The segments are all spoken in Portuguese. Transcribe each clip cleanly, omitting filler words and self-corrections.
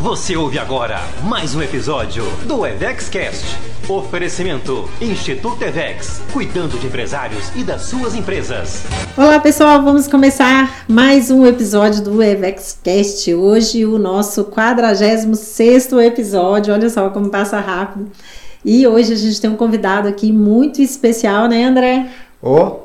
Você ouve agora mais um episódio do EvexCast. Oferecimento Instituto Evex, cuidando de empresários e das suas empresas. Olá pessoal, vamos começar mais um episódio do EvexCast. Hoje o nosso 46º episódio, olha só como passa rápido. E hoje a gente tem um convidado aqui muito especial, né, André? O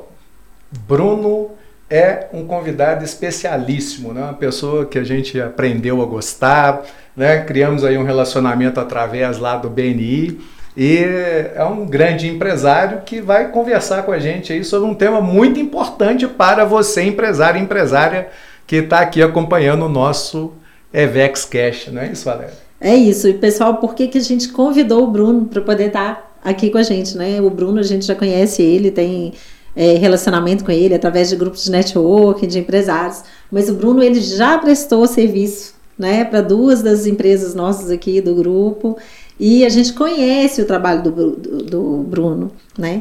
Bruno é um convidado especialíssimo, né? Uma pessoa que a gente aprendeu a gostar, né? Criamos aí um relacionamento através lá do BNI e é um grande empresário que vai conversar com a gente aí sobre um tema muito importante para você, empresário e empresária que está aqui acompanhando o nosso EvexCast, não é isso, Valéria? É isso. E pessoal, por que a gente convidou o Bruno para poder estar aqui com a gente, né? O Bruno, a gente já conhece ele, tem relacionamento com ele através de grupos de networking, de empresários, mas o Bruno, ele já prestou serviço, né, para duas das empresas nossas aqui do grupo, e a gente conhece o trabalho do Bruno, né,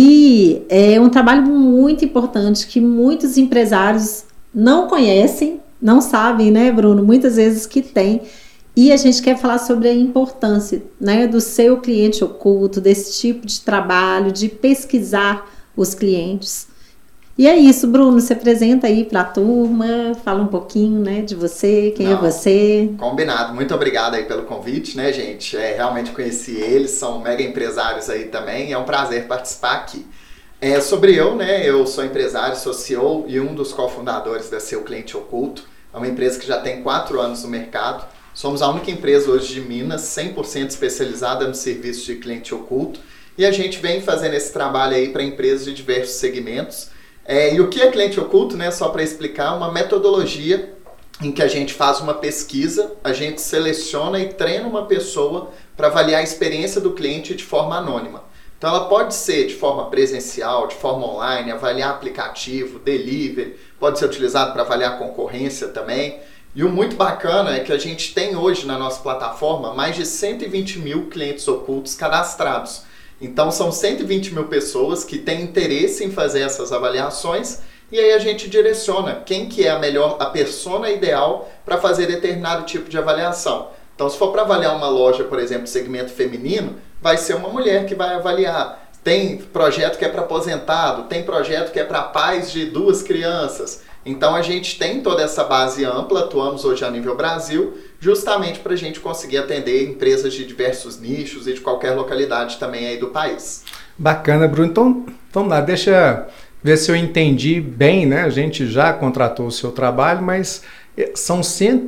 e é um trabalho muito importante que muitos empresários não conhecem, não sabem, né, Bruno, muitas vezes que tem. E a gente quer falar sobre a importância, né, do seu cliente oculto, desse tipo de trabalho, de pesquisar os clientes. E é isso, Bruno, se apresenta aí para a turma, fala um pouquinho, né, de você, quem é você. Combinado, muito obrigado aí pelo convite, né, gente, realmente conheci eles, são mega empresários aí também, é um prazer participar aqui. Sobre eu, né, eu sou empresário, sou CEO e um dos cofundadores da Seu Cliente Oculto, é uma empresa que já tem 4 anos no mercado, somos a única empresa hoje de Minas 100% especializada no serviço de cliente oculto, e a gente vem fazendo esse trabalho aí para empresas de diversos segmentos. E o que é cliente oculto, né? Só para explicar, uma metodologia em que a gente faz uma pesquisa, a gente seleciona e treina uma pessoa para avaliar a experiência do cliente de forma anônima. Então ela pode ser de forma presencial, de forma online, avaliar aplicativo, delivery, pode ser utilizado para avaliar concorrência também. E o muito bacana é que a gente tem hoje na nossa plataforma mais de 120 mil clientes ocultos cadastrados. Então são 120 mil pessoas que têm interesse em fazer essas avaliações e aí a gente direciona quem que é a persona ideal para fazer determinado tipo de avaliação. Então se for para avaliar uma loja, por exemplo, segmento feminino, vai ser uma mulher que vai avaliar. Tem projeto que é para aposentado, tem projeto que é para pais de 2 crianças. Então a gente tem toda essa base ampla, atuamos hoje a nível Brasil, justamente para a gente conseguir atender empresas de diversos nichos e de qualquer localidade também aí do país. Bacana, Bruno. Então, vamos lá, deixa ver se eu entendi bem, né? A gente já contratou o seu trabalho, mas são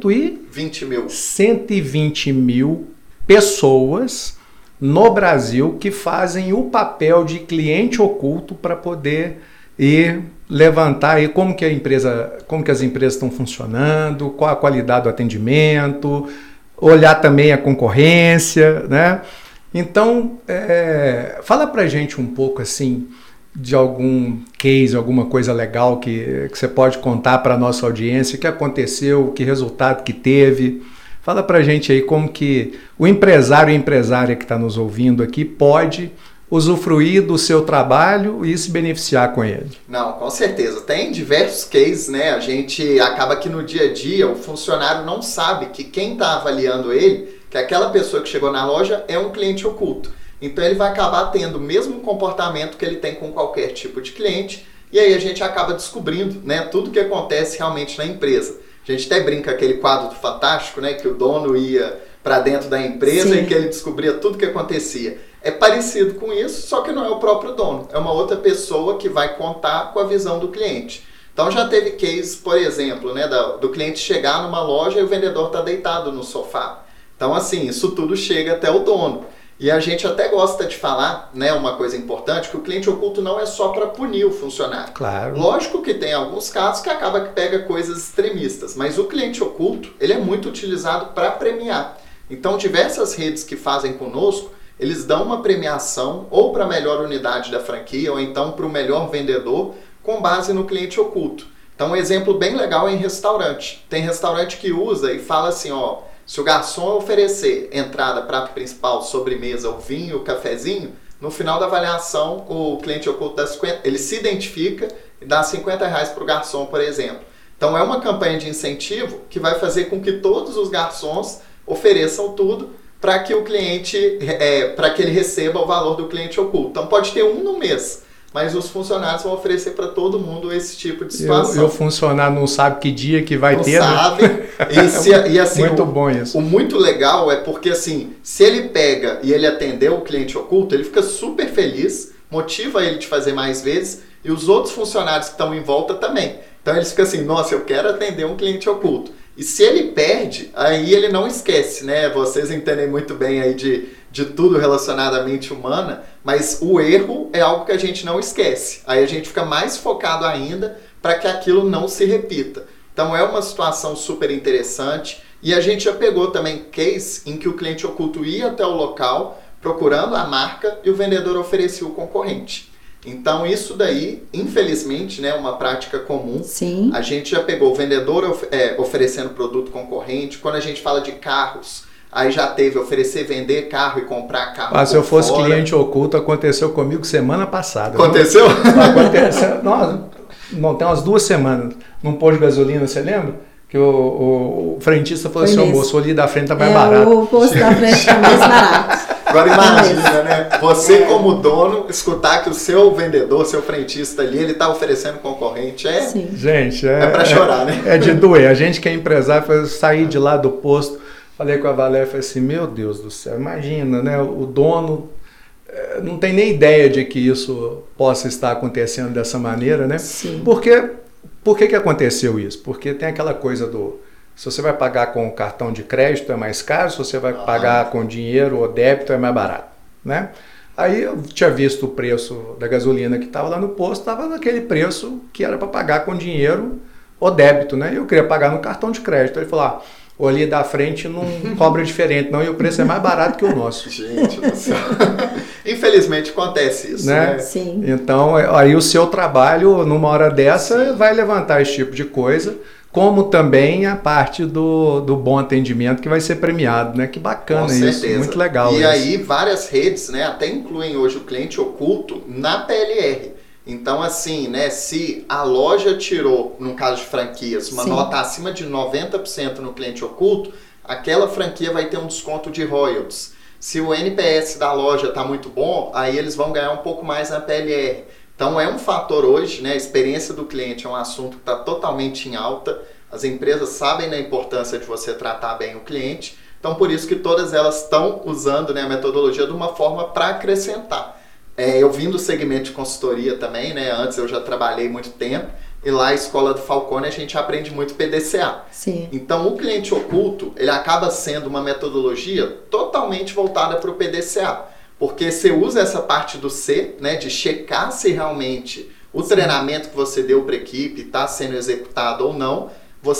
120 mil pessoas no Brasil que fazem o papel de cliente oculto para poder levantar aí como que as empresas estão funcionando, qual a qualidade do atendimento, olhar também a concorrência, né? Então, fala pra gente um pouco assim de algum case, alguma coisa legal que você pode contar para a nossa audiência, o que aconteceu, que resultado que teve. Fala pra gente aí como que o empresário e empresária que está nos ouvindo aqui pode usufruir do seu trabalho e se beneficiar com ele. Não, com certeza. Tem diversos cases, né? A gente acaba que no dia a dia o funcionário não sabe que quem está avaliando ele, que aquela pessoa que chegou na loja é um cliente oculto. Então ele vai acabar tendo o mesmo comportamento que ele tem com qualquer tipo de cliente e aí a gente acaba descobrindo, né, tudo que acontece realmente na empresa. A gente até brinca aquele quadro do Fantástico, né, que o dono ia para dentro da empresa Sim. e que ele descobria tudo que acontecia. É parecido com isso, só que não é o próprio dono. É uma outra pessoa que vai contar com a visão do cliente. Então já teve cases, por exemplo, né, do cliente chegar numa loja e o vendedor está deitado no sofá. Então assim, isso tudo chega até o dono. E a gente até gosta de falar, né, uma coisa importante, que o cliente oculto não é só para punir o funcionário. Claro. Lógico que tem alguns casos que acaba que pega coisas extremistas, mas o cliente oculto, ele é muito utilizado para premiar. Então diversas redes que fazem conosco, eles dão uma premiação ou para a melhor unidade da franquia ou então para o melhor vendedor com base no cliente oculto. Então um exemplo bem legal é em restaurante. Tem restaurante que usa e fala assim, ó, se o garçom oferecer entrada, prato principal, sobremesa, o vinho, o cafezinho, no final da avaliação o cliente oculto dá 50, ele se identifica e dá R$50 para o garçom, por exemplo. Então é uma campanha de incentivo que vai fazer com que todos os garçons ofereçam tudo para que o cliente, para que ele receba o valor do cliente oculto. Então pode ter um no mês, mas os funcionários vão oferecer para todo mundo esse tipo de situação. E o funcionário não sabe que dia que vai ter. Não sabe. E assim, muito bom isso. O muito legal é porque assim, se ele pega e ele atendeu o cliente oculto, ele fica super feliz, motiva ele de fazer mais vezes e os outros funcionários que estão em volta também. Então eles ficam assim, nossa, eu quero atender um cliente oculto. E se ele perde, aí ele não esquece, né? Vocês entendem muito bem aí de tudo relacionado à mente humana, mas o erro é algo que a gente não esquece. Aí a gente fica mais focado ainda para que aquilo não se repita. Então é uma situação super interessante e a gente já pegou também case em que o cliente oculto ia até o local procurando a marca e o vendedor oferecia o concorrente. Então isso daí, infelizmente, né, é uma prática comum. Sim. A gente já pegou o vendedor oferecendo produto concorrente. Quando a gente fala de carros, aí já teve oferecer, vender carro e comprar carro. Se eu fosse cliente oculto, aconteceu comigo semana passada. Aconteceu? Aconteceu. Não, tem umas 2 semanas. Num posto de gasolina, você lembra? Que o frentista falou assim, moço, ali da frente tá mais barato. O posto da frente tá mais barato. Agora imagina, né? Você como dono, escutar que o seu vendedor, seu frentista ali, ele tá oferecendo concorrente, Sim. Gente, pra chorar, né? É de doer. A gente que é empresário, sair de lá do posto, falei com a Valéria, falei assim, meu Deus do céu, imagina, né? O dono não tem nem ideia de que isso possa estar acontecendo dessa maneira, né? Sim. Por que aconteceu isso? Porque tem aquela coisa se você vai pagar com cartão de crédito é mais caro, se você vai pagar com dinheiro ou débito é mais barato, né? Aí eu tinha visto o preço da gasolina que estava lá no posto, estava naquele preço que era para pagar com dinheiro ou débito, né? Eu queria pagar no cartão de crédito. Ele falou, o ali da frente não cobra diferente não, e o preço é mais barato que o nosso. Gente do céu. Infelizmente acontece isso, né? Sim. Então, aí o seu trabalho, numa hora dessa, vai levantar esse tipo de coisa, como também a parte do bom atendimento que vai ser premiado, né? Que bacana. Com isso, certeza. Muito legal. E isso. aí várias redes, né, até incluem hoje o cliente oculto na PLR. Então assim, né, se a loja tirou, no caso de franquias, uma nota acima de 90% no cliente oculto, aquela franquia vai ter um desconto de royalties. Se o NPS da loja está muito bom, aí eles vão ganhar um pouco mais na PLR. Então é um fator hoje, né? A experiência do cliente é um assunto que está totalmente em alta. As empresas sabem da importância de você tratar bem o cliente. Então por isso que todas elas estão usando, né, a metodologia de uma forma para acrescentar. Eu vim do segmento de consultoria também, né? Antes eu já trabalhei muito tempo. E lá a escola do Falcone a gente aprende muito PDCA. Sim. Então o cliente oculto, ele acaba sendo uma metodologia totalmente voltada para o PDCA. Porque você usa essa parte do C, né, de checar se realmente o treinamento que você deu para a equipe está sendo executado ou não.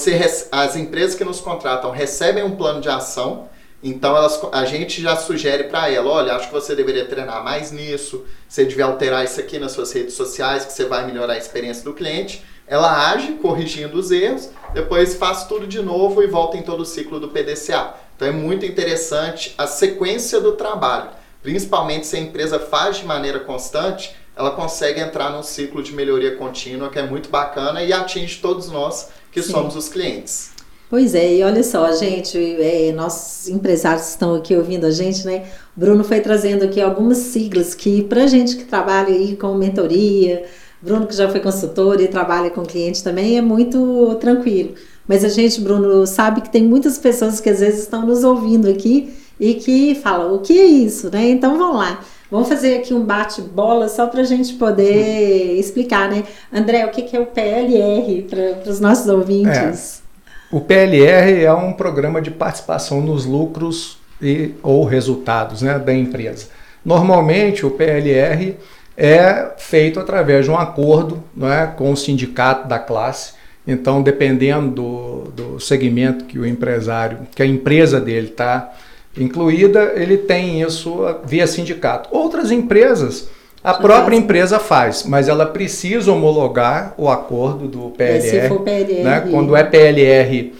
As empresas que nos contratam recebem um plano de ação, então a gente já sugere para ela, olha, acho que você deveria treinar mais nisso, você devia alterar isso aqui nas suas redes sociais, que você vai melhorar a experiência do cliente. Ela age corrigindo os erros, depois faz tudo de novo e volta em todo o ciclo do PDCA. Então é muito interessante a sequência do trabalho. Principalmente se a empresa faz de maneira constante, ela consegue entrar num ciclo de melhoria contínua que é muito bacana e atinge todos nós que somos os clientes. Pois é, e olha só, gente, nossos empresários estão aqui ouvindo a gente, né? O Bruno foi trazendo aqui algumas siglas que pra gente que trabalha aí com mentoria, Bruno que já foi consultor e trabalha com cliente também, é muito tranquilo. Mas a gente, Bruno, sabe que tem muitas pessoas que às vezes estão nos ouvindo aqui e que falam, o que é isso, né? Então vamos lá, vamos fazer aqui um bate-bola só para a gente poder explicar, né? André, o que é o PLR para os nossos ouvintes? O PLR é um programa de participação nos lucros ou resultados, né, da empresa. Normalmente o PLR é feito através de um acordo, né, com o sindicato da classe. Então, dependendo do segmento que a empresa dele está incluída, ele tem isso via sindicato. Outras empresas, a própria empresa faz, mas ela precisa homologar o acordo do PLR. Se for PLR, né? Quando é PLR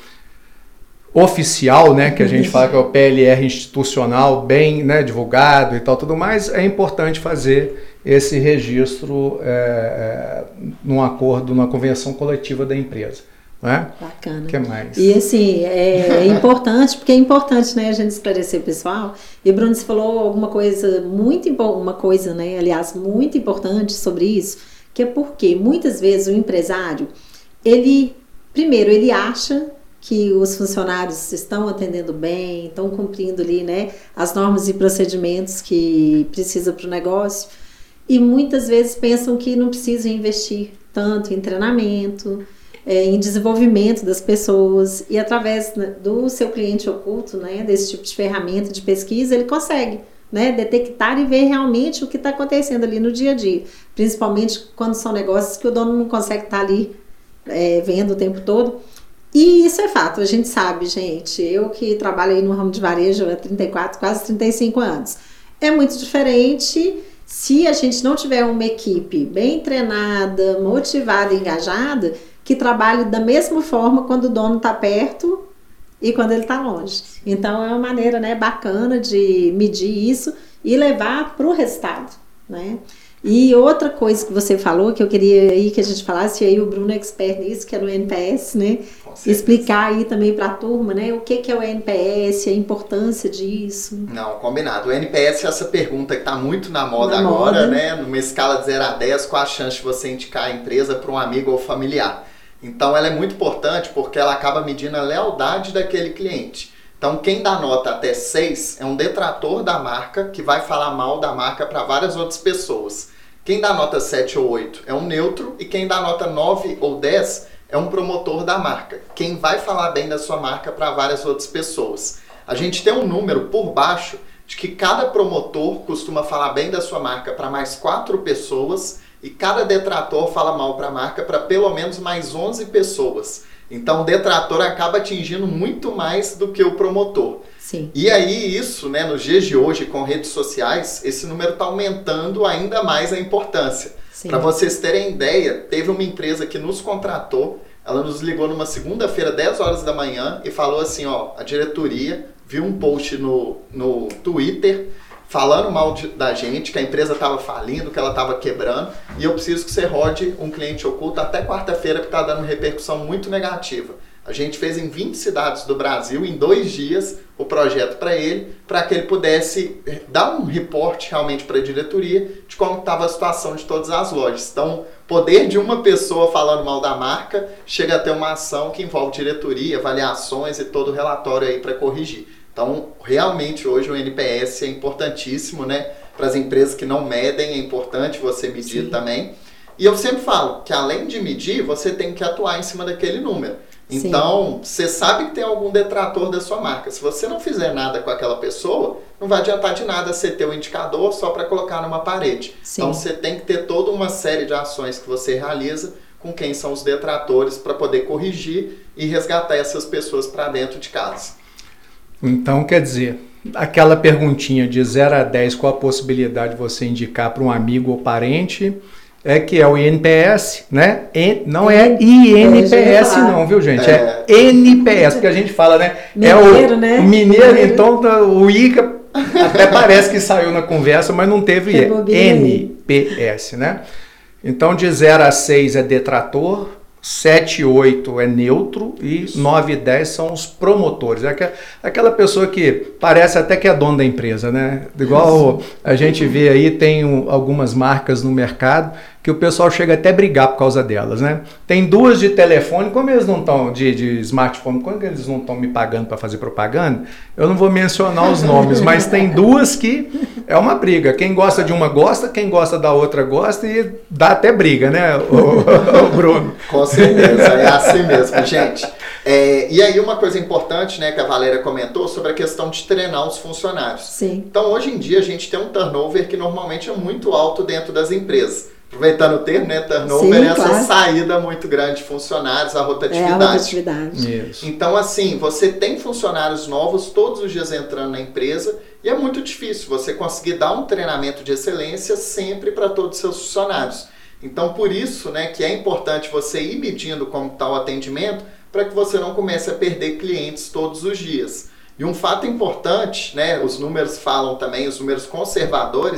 oficial, né, que a gente fala que é o PLR institucional, bem, né, divulgado e tal, tudo mais, é importante fazer esse registro num acordo, numa convenção coletiva da empresa. né? Bacana. O que mais? E assim, é importante, porque é importante, né, a gente esclarecer o pessoal. E Bruno, você falou alguma coisa uma coisa, né, aliás, muito importante sobre isso, que é porque muitas vezes o empresário, primeiro, ele acha que os funcionários estão atendendo bem, estão cumprindo ali, né, as normas e procedimentos que precisa para o negócio, e muitas vezes pensam que não precisam investir tanto em treinamento, em desenvolvimento das pessoas, e através, né, do seu cliente oculto, né, desse tipo de ferramenta de pesquisa, ele consegue, né, detectar e ver realmente o que está acontecendo ali no dia a dia, principalmente quando são negócios que o dono não consegue estar ali vendo o tempo todo. E isso é fato, a gente sabe, gente. Eu que trabalho aí no ramo de varejo há 34, quase 35 anos. É muito diferente se a gente não tiver uma equipe bem treinada, motivada, engajada, que trabalhe da mesma forma quando o dono está perto e quando ele está longe. Então é uma maneira, né, bacana de medir isso e levar para o resultado, né? E outra coisa que você falou, que eu queria aí que a gente falasse, e aí o Bruno é expert nisso, que é no NPS, né? Explicar aí também para a turma, né? O que é o NPS, a importância disso. Não, combinado. O NPS é essa pergunta que está muito na moda agora, né? Numa escala de 0 a 10, qual a chance de você indicar a empresa para um amigo ou familiar? Então ela é muito importante porque ela acaba medindo a lealdade daquele cliente. Então quem dá nota até 6 é um detrator da marca que vai falar mal da marca para várias outras pessoas. Quem dá nota 7 ou 8 é um neutro e quem dá nota 9 ou 10 é um promotor da marca. Quem vai falar bem da sua marca para várias outras pessoas. A gente tem um número por baixo de que cada promotor costuma falar bem da sua marca para mais 4 pessoas e cada detrator fala mal para a marca para pelo menos mais 11 pessoas. Então o detrator acaba atingindo muito mais do que o promotor. Sim. E aí isso, né, nos dias de hoje com redes sociais, esse número está aumentando ainda mais a importância. Para vocês terem ideia, teve uma empresa que nos contratou, ela nos ligou numa segunda-feira, 10 horas da manhã, e falou assim, ó, a diretoria viu um post no Twitter falando mal da gente, que a empresa estava falindo, que ela estava quebrando, e eu preciso que você rode um cliente oculto até quarta-feira, porque está dando repercussão muito negativa. A gente fez em 20 cidades do Brasil, em 2 dias, o projeto para ele, para que ele pudesse dar um reporte realmente para a diretoria de como estava a situação de todas as lojas. Então, poder de uma pessoa falando mal da marca chega a ter uma ação que envolve diretoria, avaliações e todo o relatório aí para corrigir. Então, realmente, hoje o NPS é importantíssimo, né? Para as empresas que não medem, é importante você medir também. E eu sempre falo que, além de medir, você tem que atuar em cima daquele número. Então, você sabe que tem algum detrator da sua marca. Se você não fizer nada com aquela pessoa, não vai adiantar de nada você ter um indicador só para colocar numa parede. Então, você tem que ter toda uma série de ações que você realiza com quem são os detratores para poder corrigir e resgatar essas pessoas para dentro de casa. Então, quer dizer, aquela perguntinha de 0 a 10, qual a possibilidade de você indicar para um amigo ou parente, que é o INPS, né? Não é INPS não, viu, gente? É NPS, porque a gente fala, né? Mineiro, o mineiro, então o ICA até parece que saiu na conversa, mas não teve NPS, né? Então, de 0 a 6 é detrator, 7 e 8 é neutro e 9 e 10 são os promotores. É aquela pessoa que parece até que é dono da empresa, né? Igual a gente vê aí, tem algumas marcas no mercado que o pessoal chega até a brigar por causa delas, né? Tem 2 de telefone, como eles não estão, de smartphone, como eles não estão me pagando para fazer propaganda, eu não vou mencionar os nomes, mas tem 2 que é uma briga. Quem gosta de uma gosta, quem gosta da outra gosta e dá até briga, né, o Bruno? Com certeza, é assim mesmo, gente. E aí uma coisa importante, né, que a Valéria comentou sobre a questão de treinar os funcionários. Sim. Então hoje em dia a gente tem um turnover que normalmente é muito alto dentro das empresas. Aproveitando o termo, né, turnover, essa saída muito grande de funcionários, a rotatividade. A rotatividade. Isso. Então, assim, você tem funcionários novos todos os dias entrando na empresa e é muito difícil você conseguir dar um treinamento de excelência sempre para todos os seus funcionários. Então, por isso, né, que é importante você ir medindo como está o atendimento para que você não comece a perder clientes todos os dias. E um fato importante, né, os números falam também, os números conservadores,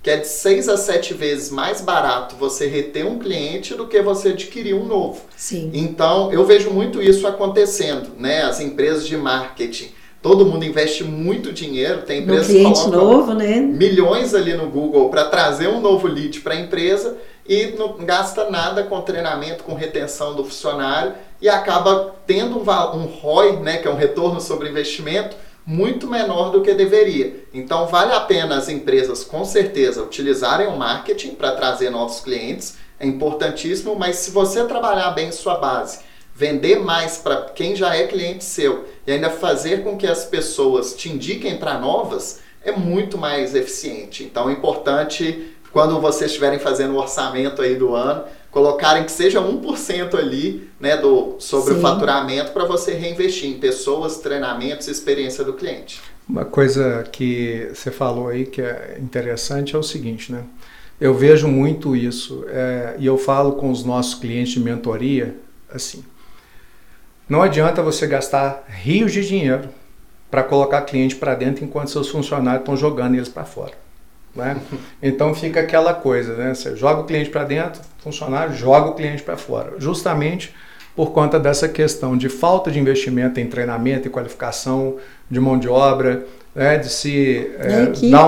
que é de 6 a 7 vezes mais barato você reter um cliente do que você adquirir um novo. Sim. Então, eu vejo muito isso acontecendo, né? As empresas de marketing, todo mundo investe muito dinheiro, tem empresas que colocam novo, né? milhões ali no Google para trazer um novo lead para a empresa e não gasta nada com treinamento, com retenção do funcionário e acaba tendo um ROI, né, que é um retorno sobre investimento, muito menor do que deveria. Então vale a pena as empresas, com certeza, utilizarem o marketing para trazer novos clientes, é importantíssimo, mas se você trabalhar bem sua base, vender mais para quem já é cliente seu e ainda fazer com que as pessoas te indiquem para novas, é muito mais eficiente. Então é importante, quando vocês estiverem fazendo o orçamento aí do ano, colocarem que seja 1% ali, né, sobre o faturamento para você reinvestir em pessoas, treinamentos e experiência do cliente. Uma coisa que você falou aí que é interessante é o seguinte, né? Eu vejo muito isso e eu falo com os nossos clientes de mentoria, assim, não adianta você gastar rios de dinheiro para colocar cliente para dentro enquanto seus funcionários estão jogando eles para fora. Né? Então fica aquela coisa, né? Você joga o cliente para dentro, o funcionário joga o cliente para fora, justamente por conta dessa questão de falta de investimento em treinamento e qualificação de mão de obra, né? De se dar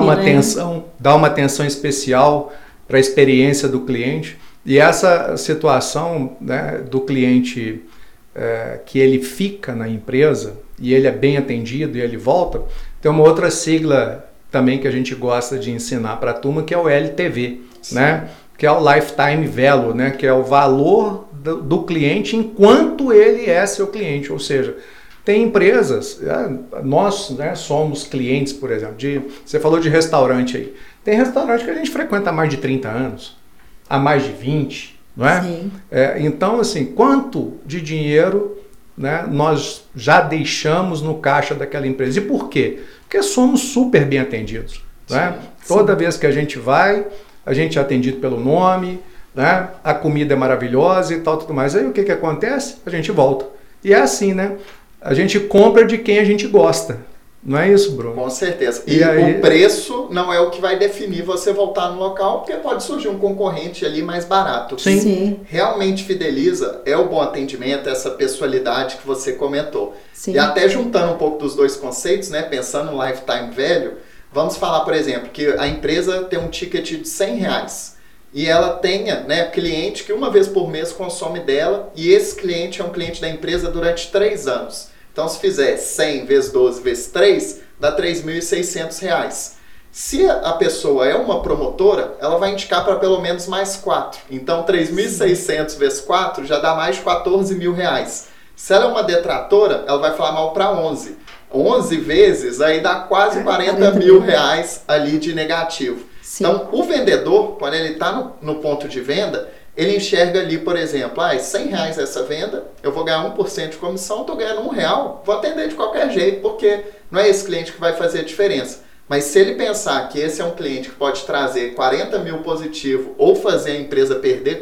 uma atenção especial para a experiência do cliente. E essa situação, né, do cliente que ele fica na empresa e ele é bem atendido e ele volta, tem uma outra sigla também que a gente gosta de ensinar para a turma, que é o LTV, né? Que é o Lifetime Value, né? Que é o valor do cliente enquanto ele é seu cliente. Ou seja, tem empresas, nós, né, somos clientes, por exemplo, você falou de restaurante aí. Tem restaurante que a gente frequenta há mais de 30 anos, há mais de 20, não é? Sim. Então, assim, quanto de dinheiro, né, nós já deixamos no caixa daquela empresa? E por quê? Porque somos super bem atendidos. Né? Toda vez que a gente vai, a gente é atendido pelo nome, né? A comida é maravilhosa e tal, tudo mais. Aí o que acontece? A gente volta. E é assim, né? A gente compra de quem a gente gosta. Não é isso, Bruno? Com certeza. E aí, o preço não é o que vai definir você voltar no local, porque pode surgir um concorrente ali mais barato. Sim. Realmente fideliza é o bom atendimento, essa pessoalidade que você comentou. Sim. E até juntando um pouco dos dois conceitos, né, pensando no lifetime value, vamos falar, por exemplo, que a empresa tem um ticket de R$100 e ela tenha, né, cliente que uma vez por mês consome dela e esse cliente é um cliente da empresa durante 3 anos. Então, se fizer 100 vezes 12 vezes 3, dá R$3.600. Se a pessoa é uma promotora, ela vai indicar para pelo menos mais 4. Então, 3.600 vezes 4 já dá mais de R$14.000. Se ela é uma detratora, ela vai falar mal para 11. 11 vezes, aí dá quase R$40.000 ali de negativo. Sim. Então, o vendedor, quando ele está no ponto de venda, ele enxerga ali, por exemplo, R$100 essa venda, eu vou ganhar 1% de comissão, estou ganhando R$1, vou atender de qualquer jeito, porque não é esse cliente que vai fazer a diferença. Mas se ele pensar que esse é um cliente que pode trazer 40 mil positivo, ou fazer a empresa perder,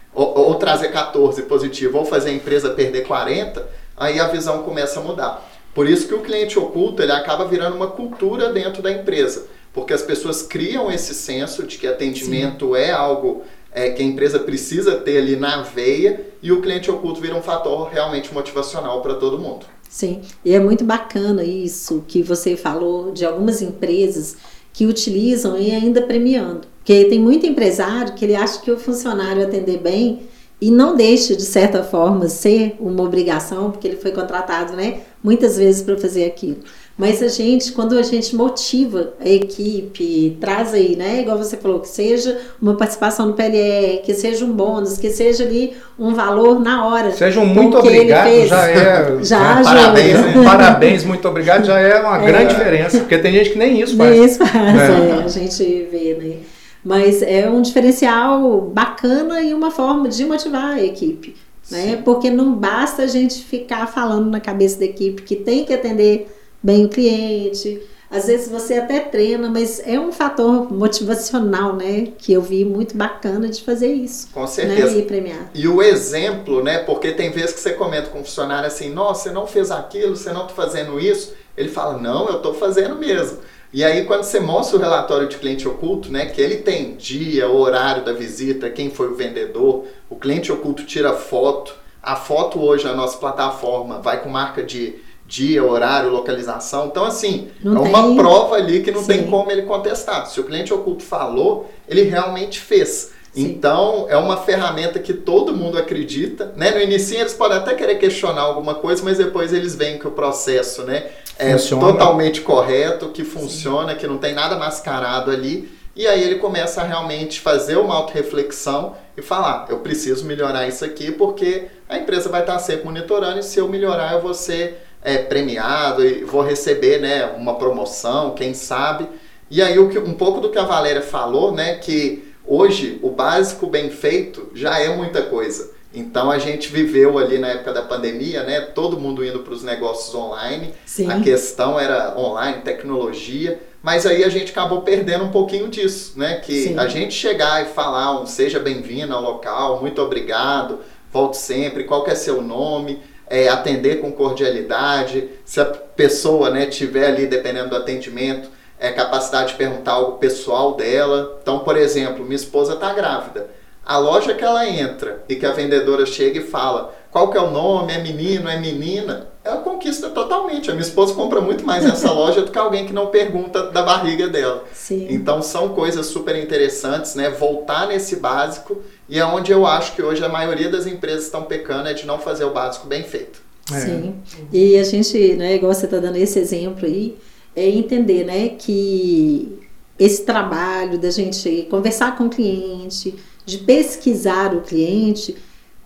ou trazer 14 positivo, ou fazer a empresa perder 40, aí a visão começa a mudar. Por isso que o cliente oculto, ele acaba virando uma cultura dentro da empresa, porque as pessoas criam esse senso de que atendimento é algo que a empresa precisa ter ali na veia, e o cliente oculto vira um fator realmente motivacional para todo mundo. Sim, e é muito bacana isso que você falou de algumas empresas que utilizam e ainda premiando. Porque tem muito empresário que ele acha que o funcionário atender bem e não deixa, de certa forma, ser uma obrigação, porque ele foi contratado, né, muitas vezes para fazer aquilo. Mas quando a gente motiva a equipe, traz aí, né, igual você falou, que seja uma participação no PLE, que seja um bônus, que seja ali um valor na hora. Seja um muito obrigado, já parabéns, né? Parabéns, muito obrigado, já é uma grande diferença, porque tem gente que nem isso faz. Nem isso faz, a gente vê, né. Mas é um diferencial bacana e uma forma de motivar a equipe, né, porque não basta a gente ficar falando na cabeça da equipe que tem que atender bem o cliente. Às vezes você até treina, mas é um fator motivacional, né? Que eu vi muito bacana de fazer isso. Com certeza. Né, e premiar. E o exemplo, né? Porque tem vezes que você comenta com o funcionário assim, nossa, você não fez aquilo, você não está fazendo isso. Ele fala, não, eu estou fazendo mesmo. E aí, quando você mostra o relatório de cliente oculto, né, que ele tem dia, horário da visita, quem foi o vendedor, o cliente oculto tira foto. A foto hoje na nossa plataforma vai com marca de dia, horário, localização. Então, assim, não é uma tem... prova ali que não Sim. tem como ele contestar. Se o cliente oculto falou, ele realmente fez. Sim. Então, é uma ferramenta que todo mundo acredita, né? No início eles podem até querer questionar alguma coisa, mas depois eles veem que o processo, né, é totalmente correto, que funciona, sim, que não tem nada mascarado ali. E aí ele começa a realmente fazer uma autorreflexão e falar, eu preciso melhorar isso aqui porque a empresa vai estar sempre monitorando e se eu melhorar eu vou ser premiado e vou receber, né, uma promoção, quem sabe. E aí um pouco do que a Valéria falou, né, que hoje o básico bem feito já é muita coisa. Então a gente viveu ali na época da pandemia, né, todo mundo indo para os negócios online, sim, a questão era online, tecnologia, mas aí a gente acabou perdendo um pouquinho disso, né, que sim, a gente chegar e falar um seja bem-vindo ao local, muito obrigado, volte sempre, qual que é seu nome, atender com cordialidade, se a pessoa, né, tiver ali, dependendo do atendimento, capacidade de perguntar algo pessoal dela. Então, por exemplo, minha esposa está grávida. A loja que ela entra e que a vendedora chega e fala qual que é o nome, é menino, é menina, ela conquista totalmente. A minha esposa compra muito mais nessa loja do que alguém que não pergunta da barriga dela. Sim. Então são coisas super interessantes, né? Voltar nesse básico, e é onde eu acho que hoje a maioria das empresas estão pecando, é de não fazer o básico bem feito. Sim. E a gente, né, igual você está dando esse exemplo aí, é entender, né, que esse trabalho da gente conversar com o cliente, de pesquisar o cliente,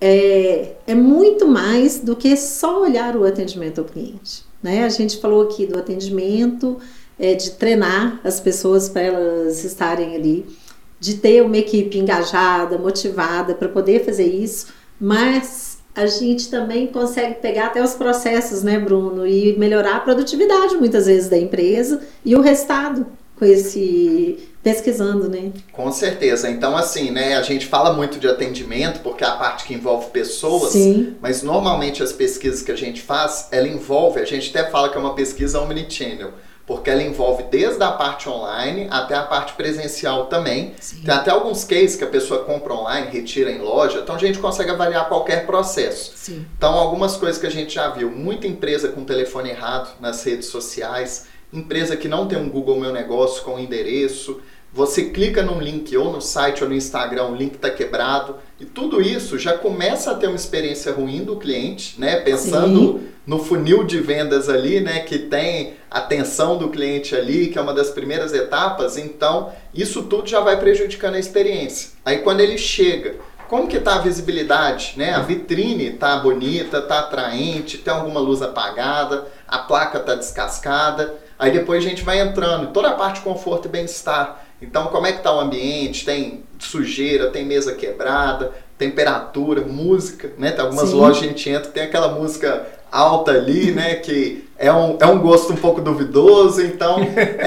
é muito mais do que só olhar o atendimento ao cliente, né? A gente falou aqui do atendimento, de treinar as pessoas para elas estarem ali, de ter uma equipe engajada, motivada para poder fazer isso, mas a gente também consegue pegar até os processos, né, Bruno, e melhorar a produtividade muitas vezes da empresa e o resultado com esse pesquisando, né? Com certeza. Então, assim, né, a gente fala muito de atendimento porque é a parte que envolve pessoas, sim, mas normalmente as pesquisas que a gente faz, ela envolve, a gente até fala que é uma pesquisa omnichannel, porque ela envolve desde a parte online até a parte presencial também. Sim. Tem até alguns cases que a pessoa compra online, retira em loja, então a gente consegue avaliar qualquer processo. Sim. Então, algumas coisas que a gente já viu, muita empresa com telefone errado nas redes sociais, empresa que não tem um Google Meu Negócio com endereço, você clica num link ou no site ou no Instagram, o link está quebrado, e tudo isso já começa a ter uma experiência ruim do cliente, né? Pensando, sim, no funil de vendas ali, né? Que tem a atenção do cliente ali, que é uma das primeiras etapas, então isso tudo já vai prejudicando a experiência. Aí quando ele chega, como que está a visibilidade, né? A vitrine está bonita, está atraente, tem alguma luz apagada, a placa está descascada, aí depois a gente vai entrando, toda a parte de conforto e bem-estar. Então, como é que está o ambiente? Tem sujeira, tem mesa quebrada, temperatura, música, né? Tem algumas, sim, lojas que a gente entra, tem aquela música alta ali, né? Que é um gosto um pouco duvidoso, então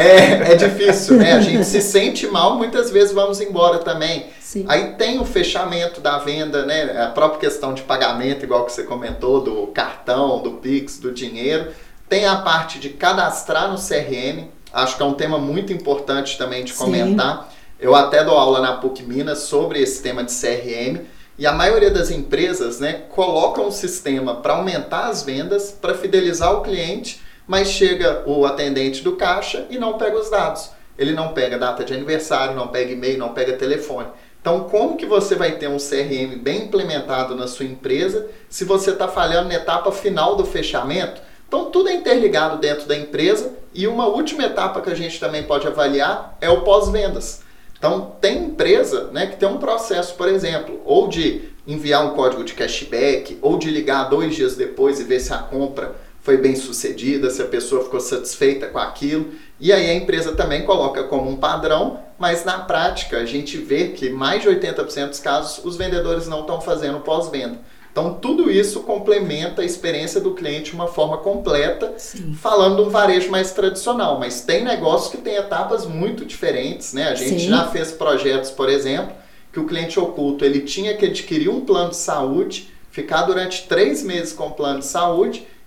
é difícil, né? A gente se sente mal, muitas vezes vamos embora também. Sim. Aí tem o fechamento da venda, né? A própria questão de pagamento, igual que você comentou, do cartão, do Pix, do dinheiro. Tem a parte de cadastrar no CRM, acho que é um tema muito importante também de comentar. Sim. Eu até dou aula na PUC Minas sobre esse tema de CRM, e a maioria das empresas, né, colocam um sistema para aumentar as vendas, para fidelizar o cliente, mas chega o atendente do caixa e não pega os dados. Ele não pega data de aniversário, não pega e-mail, não pega telefone. Então, como que você vai ter um CRM bem implementado na sua empresa se você está falhando na etapa final do fechamento? Então, tudo é interligado dentro da empresa, e uma última etapa que a gente também pode avaliar é o pós-vendas. Então, tem empresa, né, que tem um processo, por exemplo, ou de enviar um código de cashback, ou de ligar 2 dias depois e ver se a compra foi bem sucedida, se a pessoa ficou satisfeita com aquilo. E aí a empresa também coloca como um padrão, mas na prática a gente vê que mais de 80% dos casos os vendedores não estão fazendo pós-venda. Então, tudo isso complementa a experiência do cliente de uma forma completa, sim, falando de um varejo mais tradicional. Mas tem negócios que tem etapas muito diferentes, né? A gente, sim, já fez projetos, por exemplo, que o cliente oculto ele tinha que adquirir um plano de saúde, ficar durante 3 meses com o plano de saúde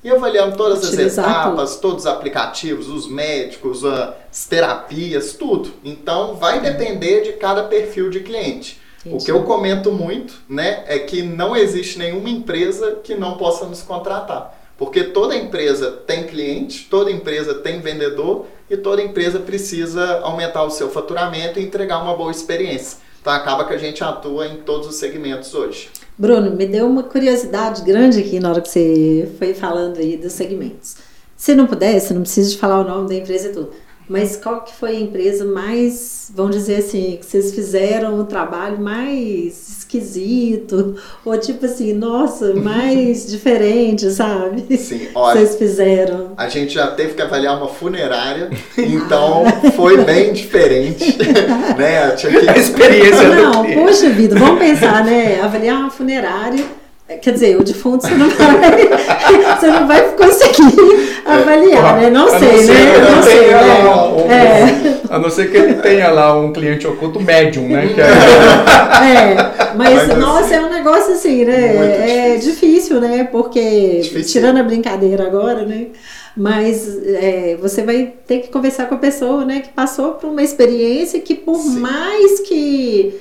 e avaliamos todas as Utilizar etapas, todos os aplicativos, os médicos, as terapias, tudo. Então, vai depender de cada perfil de cliente. Entendi. O que eu comento muito, né, é que não existe nenhuma empresa que não possa nos contratar. Porque toda empresa tem cliente, toda empresa tem vendedor e toda empresa precisa aumentar o seu faturamento e entregar uma boa experiência. Então acaba que a gente atua em todos os segmentos hoje. Bruno, me deu uma curiosidade grande aqui na hora que você foi falando aí dos segmentos. Se não pudesse, não precisa de falar o nome da empresa e tudo, mas qual que foi a empresa mais, vamos dizer assim, que vocês fizeram o trabalho mais esquisito, ou tipo assim, nossa, mais diferente, sabe? Sim, olha, vocês fizeram. A gente já teve que avaliar uma funerária, então foi bem diferente, né? A experiência não, poxa vida, vamos pensar, né? Avaliar uma funerária, quer dizer, o defunto você não vai conseguir avaliar, né? Não sei, né? Não sei, né? A não ser que ele tenha lá um cliente oculto médium, né? Que mas nossa, é um negócio assim, né? É difícil, né? Porque, tirando a brincadeira agora, né? Mas você vai ter que conversar com a pessoa, né? Que passou por uma experiência que por mais que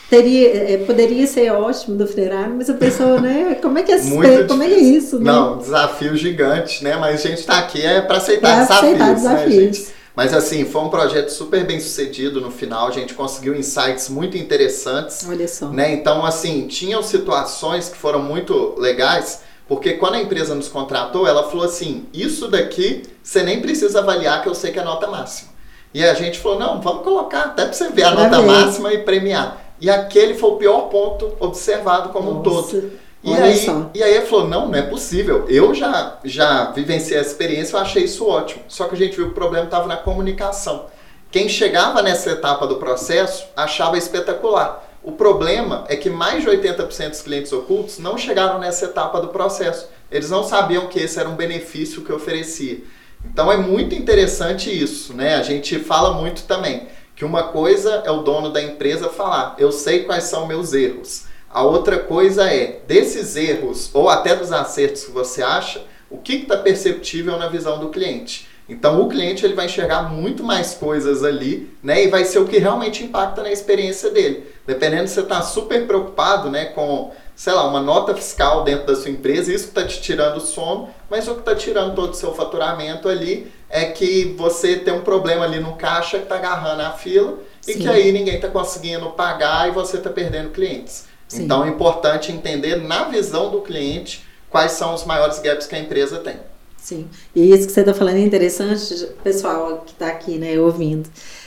poderia ser ótimo do funerário, mas a pessoa, né? Como é que é isso? Né? Não, desafio gigante, né? Mas a gente está aqui para aceitar desafios, né, gente? Mas assim, foi um projeto super bem sucedido no final, a gente conseguiu insights muito interessantes. Olha só. Né? Então, assim, tinham situações que foram muito legais, porque quando a empresa nos contratou, ela falou assim, isso daqui você nem precisa avaliar, que eu sei que é nota máxima. E a gente falou, não, vamos colocar até para você ver a nota máxima e premiar. E aquele foi o pior ponto observado como um todo. E aí ele falou, não é possível. Eu já vivenciei a experiência, eu achei isso ótimo. Só que a gente viu que o problema estava na comunicação. Quem chegava nessa etapa do processo achava espetacular. O problema é que mais de 80% dos clientes ocultos não chegaram nessa etapa do processo. Eles não sabiam que esse era um benefício que oferecia. Então é muito interessante isso, né? A gente fala muito também que uma coisa é o dono da empresa falar, eu sei quais são meus erros. A outra coisa é, desses erros ou até dos acertos que você acha, o que está perceptível na visão do cliente. Então o cliente ele vai enxergar muito mais coisas ali, né, e vai ser o que realmente impacta na experiência dele. Dependendo se você está super preocupado, né, com, sei lá, uma nota fiscal dentro da sua empresa, isso que está te tirando o sono, mas o que está tirando todo o seu faturamento ali é que você tem um problema ali no caixa que está agarrando a fila e que aí ninguém está conseguindo pagar e você está perdendo clientes. Sim. Então é importante entender na visão do cliente quais são os maiores gaps que a empresa tem. Sim, e isso que você está falando é interessante, pessoal que está aqui, né, ouvindo.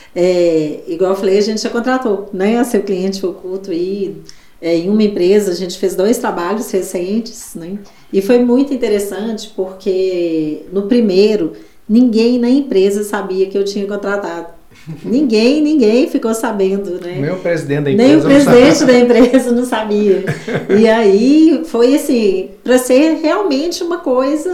Igual eu falei, a gente já contratou, né, a seu cliente oculto aí, em uma empresa, a gente fez 2 trabalhos recentes, né, e foi muito interessante porque no primeiro, ninguém na empresa sabia que eu tinha contratado. Ninguém ficou sabendo, né? Nem o presidente da empresa. Nem o presidente da empresa não sabia. E aí foi assim, para ser realmente uma coisa,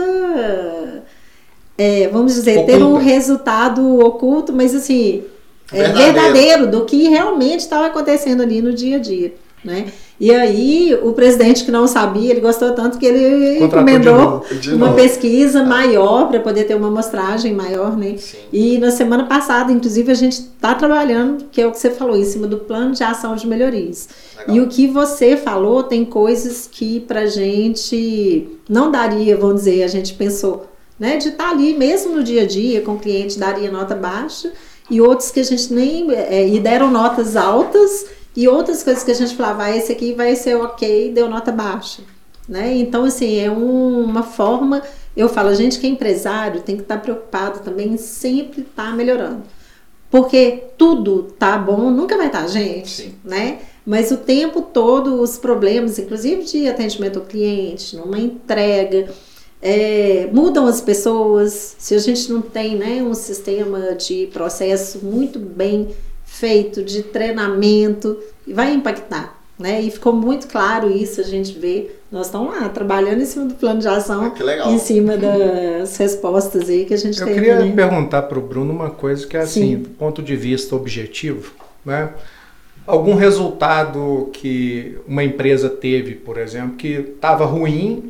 vamos dizer, oculta. Ter um resultado oculto, mas assim, verdadeiro do que realmente estava acontecendo ali no dia a dia, né? E aí, o presidente que não sabia, ele gostou tanto que ele encomendou uma pesquisa maior para poder ter uma amostragem maior, né? Sim. E na semana passada, inclusive, a gente está trabalhando, que é o que você falou, em cima do plano de ação de melhorias. Legal. E o que você falou, tem coisas que pra gente não daria, vamos dizer, a gente pensou, né? De estar ali mesmo no dia a dia, com o cliente daria nota baixa, e outros que a gente nem... e deram notas altas, e outras coisas que a gente falava, esse aqui vai ser ok, deu nota baixa, né? Então, assim, é uma forma, eu falo, a gente que é empresário tem que estar preocupado também em sempre estar melhorando. Porque tudo tá bom, nunca vai estar, gente, sim, né? Mas o tempo todo, os problemas, inclusive de atendimento ao cliente, numa entrega, mudam as pessoas. Se a gente não tem, né, um sistema de processo muito bem feito, de treinamento, vai impactar, né? E ficou muito claro isso, a gente vê, nós estamos lá trabalhando em cima do plano de ação, em cima das respostas aí que a gente teve. Eu queria perguntar para o Bruno uma coisa que é assim, do ponto de vista objetivo, né? Algum resultado que uma empresa teve, por exemplo, que estava ruim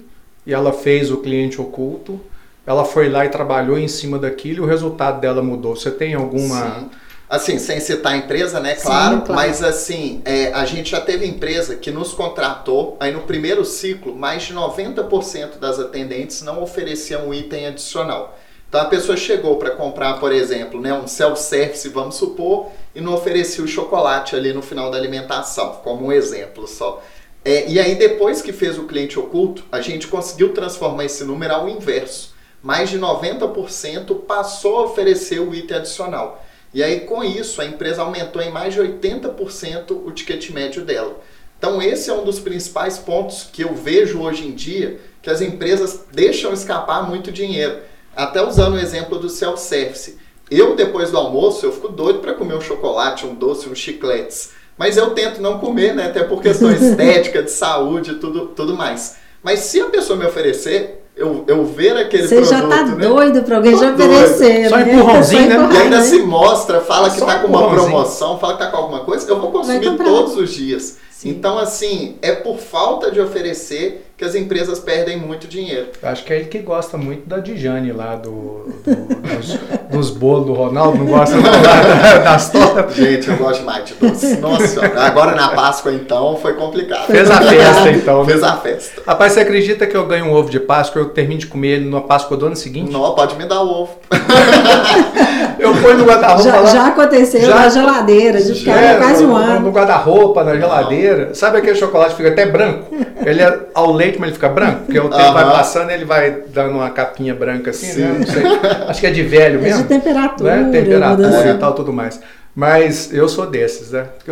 e ela fez o cliente oculto, ela foi lá e trabalhou em cima daquilo e o resultado dela mudou. Você tem alguma... Sim. Assim, sem citar a empresa, né? Claro, mas assim, a gente já teve empresa que nos contratou, aí no primeiro ciclo, mais de 90% das atendentes não ofereciam um item adicional. Então a pessoa chegou para comprar, por exemplo, né, um self-service, vamos supor, e não oferecia o chocolate ali no final da alimentação, como um exemplo só. E aí depois que fez o cliente oculto, a gente conseguiu transformar esse número ao inverso. Mais de 90% passou a oferecer o item adicional. E aí, com isso, a empresa aumentou em mais de 80% o ticket médio dela. Então, esse é um dos principais pontos que eu vejo hoje em dia, que as empresas deixam escapar muito dinheiro. Até usando o exemplo do self-service. Eu, depois do almoço, eu fico doido para comer um chocolate, um doce, uns chicletes. Mas eu tento não comer, né? Até por questões estética, de saúde e tudo mais. Mas se a pessoa me oferecer... Eu ver aquele produto... Você já tá doido para alguém já oferecer. Só empurrãozinho, né? E ainda se mostra, fala que tá com uma promoção, fala que tá com alguma coisa, eu vou consumir todos os dias. Sim. Então, assim, é por falta de oferecer que as empresas perdem muito dinheiro. Acho que é ele que gosta muito da Dijane lá, dos bolos do Ronaldo, não gosta não, das tortas. Gente, eu gosto mais de doce. Nossa, agora na Páscoa, então, foi complicado. Fez a festa, então. Fez a festa. Rapaz, você acredita que eu ganho um ovo de Páscoa e eu termino de comer ele na Páscoa do ano seguinte? Não, pode me dar o ovo. Eu ponho no guarda-roupa lá. Já aconteceu na geladeira, de ficar quase um ano. No guarda-roupa, na geladeira. Sabe aquele chocolate que fica até branco? Ele é ao leite, mas ele fica branco, porque o tempo vai passando e ele vai dando uma capinha branca assim, né? Não sei. Acho que é de velho mesmo. É de temperatura. Né? Temperatura e tal, tudo mais. Mas eu sou desses, né? Porque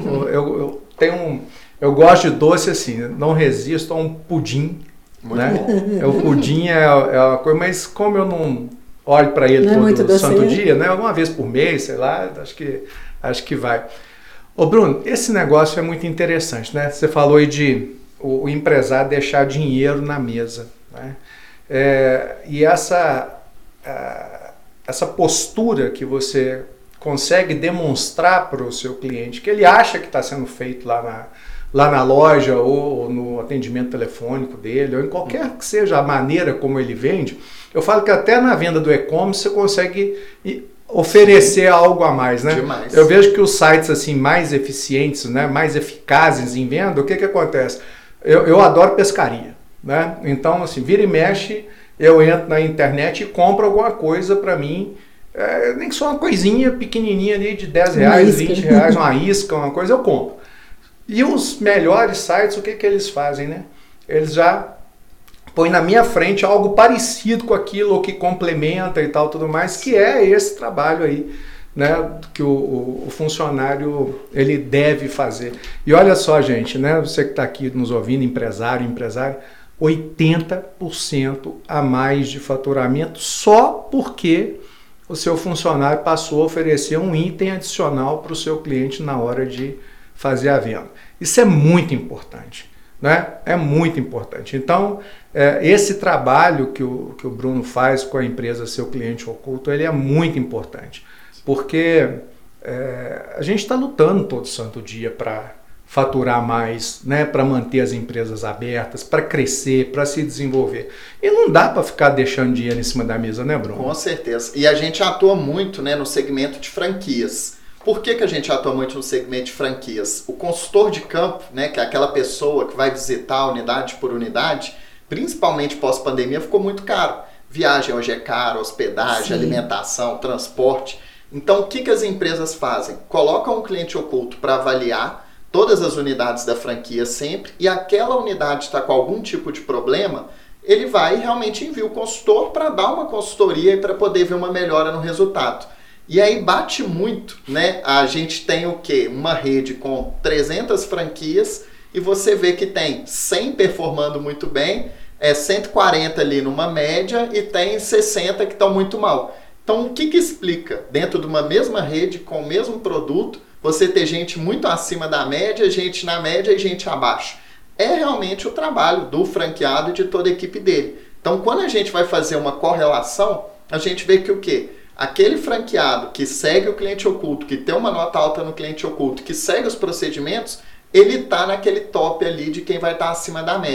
eu gosto de doce assim, não resisto a um pudim. Muito né? bom. O pudim é uma coisa, mas como eu não olho para ele todo santo dia, né? Uma vez por mês, sei lá, acho que vai. Ô Bruno, esse negócio é muito interessante, né? Você falou aí de o empresário deixar dinheiro na mesa, né? E essa postura que você consegue demonstrar para o seu cliente, que ele acha que está sendo feito lá na loja ou no atendimento telefônico dele, ou em qualquer que seja a maneira como ele vende, eu falo que até na venda do e-commerce você consegue oferecer algo a mais, né? Demais. Eu vejo que os sites assim mais eficientes, né, mais eficazes em venda, o que acontece? Eu adoro pescaria, né? Então, assim, vira e mexe, eu entro na internet e compro alguma coisa para mim, nem que só uma coisinha pequenininha ali de R$10, R$20, uma isca, uma coisa, eu compro. E os melhores sites, o que eles fazem, né? Eles já põem na minha frente algo parecido com aquilo, ou que complementa e tal, tudo mais, que é esse trabalho aí, né, que o funcionário ele deve fazer. E olha só, gente, né, você que está aqui nos ouvindo, empresário, 80% a mais de faturamento só porque o seu funcionário passou a oferecer um item adicional para o seu cliente na hora de fazer a venda. Isso é muito importante, né? É muito importante. Então, esse trabalho que o Bruno faz com a empresa Seu Cliente Oculto, ele é muito importante, porque a gente está lutando todo santo dia para faturar mais, né? Para manter as empresas abertas, para crescer, para se desenvolver. E não dá para ficar deixando dinheiro em cima da mesa, né, Bruno? Com certeza. E a gente atua muito, né, no segmento de franquias. Por que a gente atua muito no segmento de franquias? O consultor de campo, né, que é aquela pessoa que vai visitar unidade por unidade, principalmente pós-pandemia, ficou muito caro. Viagem hoje é caro, hospedagem, Sim. alimentação, transporte. Então, o que as empresas fazem? Colocam um cliente oculto para avaliar todas as unidades da franquia sempre, e aquela unidade está com algum tipo de problema, ele vai e realmente envia o consultor para dar uma consultoria e para poder ver uma melhora no resultado. E aí bate muito, né? A gente tem o quê? Uma rede com 300 franquias e você vê que tem 100 performando muito bem, 140 ali numa média e tem 60 que estão muito mal. Então, o que explica? Dentro de uma mesma rede, com o mesmo produto, você ter gente muito acima da média, gente na média e gente abaixo. É realmente o trabalho do franqueado e de toda a equipe dele. Então, quando a gente vai fazer uma correlação, a gente vê que o quê? Aquele franqueado que segue o cliente oculto, que tem uma nota alta no cliente oculto, que segue os procedimentos, ele está naquele top ali de quem vai estar acima da média.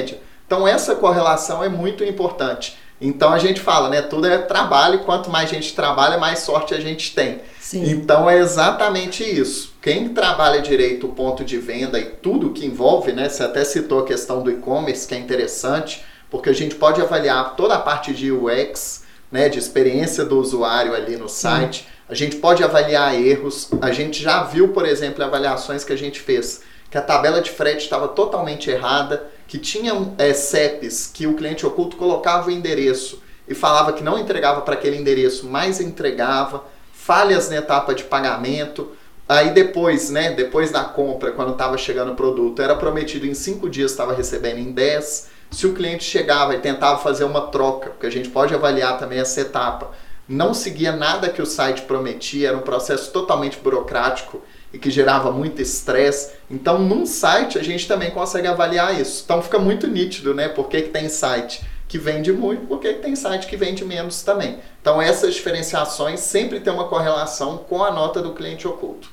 Então essa correlação é muito importante. Então a gente fala, né, tudo é trabalho, quanto mais gente trabalha, mais sorte a gente tem. Sim. Então é exatamente isso. Quem trabalha direito o ponto de venda e tudo que envolve, né, você até citou a questão do e-commerce, que é interessante, porque a gente pode avaliar toda a parte de UX, né, de experiência do usuário ali no site. Sim. A gente pode avaliar erros. A gente já viu, por exemplo, avaliações que a gente fez, que a tabela de frete estava totalmente errada, que tinha CEPs que o cliente oculto colocava o endereço e falava que não entregava para aquele endereço, mas entregava, falhas na etapa de pagamento. Aí depois, né, depois da compra, quando estava chegando o produto, era prometido em 5 dias, estava recebendo em 10. Se o cliente chegava e tentava fazer uma troca, porque a gente pode avaliar também essa etapa, não seguia nada que o site prometia, era um processo totalmente burocrático e que gerava muito estresse. Então, num site, a gente também consegue avaliar isso. Então, fica muito nítido, né? Por que tem site que vende muito, por que tem site que vende menos também. Então, essas diferenciações sempre tem uma correlação com a nota do cliente oculto.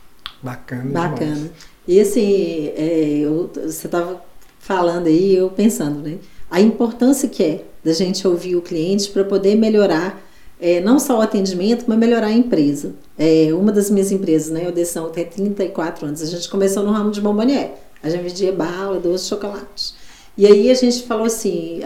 Bacana. Demais. E assim, você estava falando aí, eu pensando, né? A importância que é da gente ouvir o cliente para poder melhorar não só o atendimento, mas melhorar a empresa. Uma das minhas empresas, né, Odeção, tem 34 anos. A gente começou no ramo de bombonier. A gente vendia bala, doce, chocolate. E aí a gente falou assim,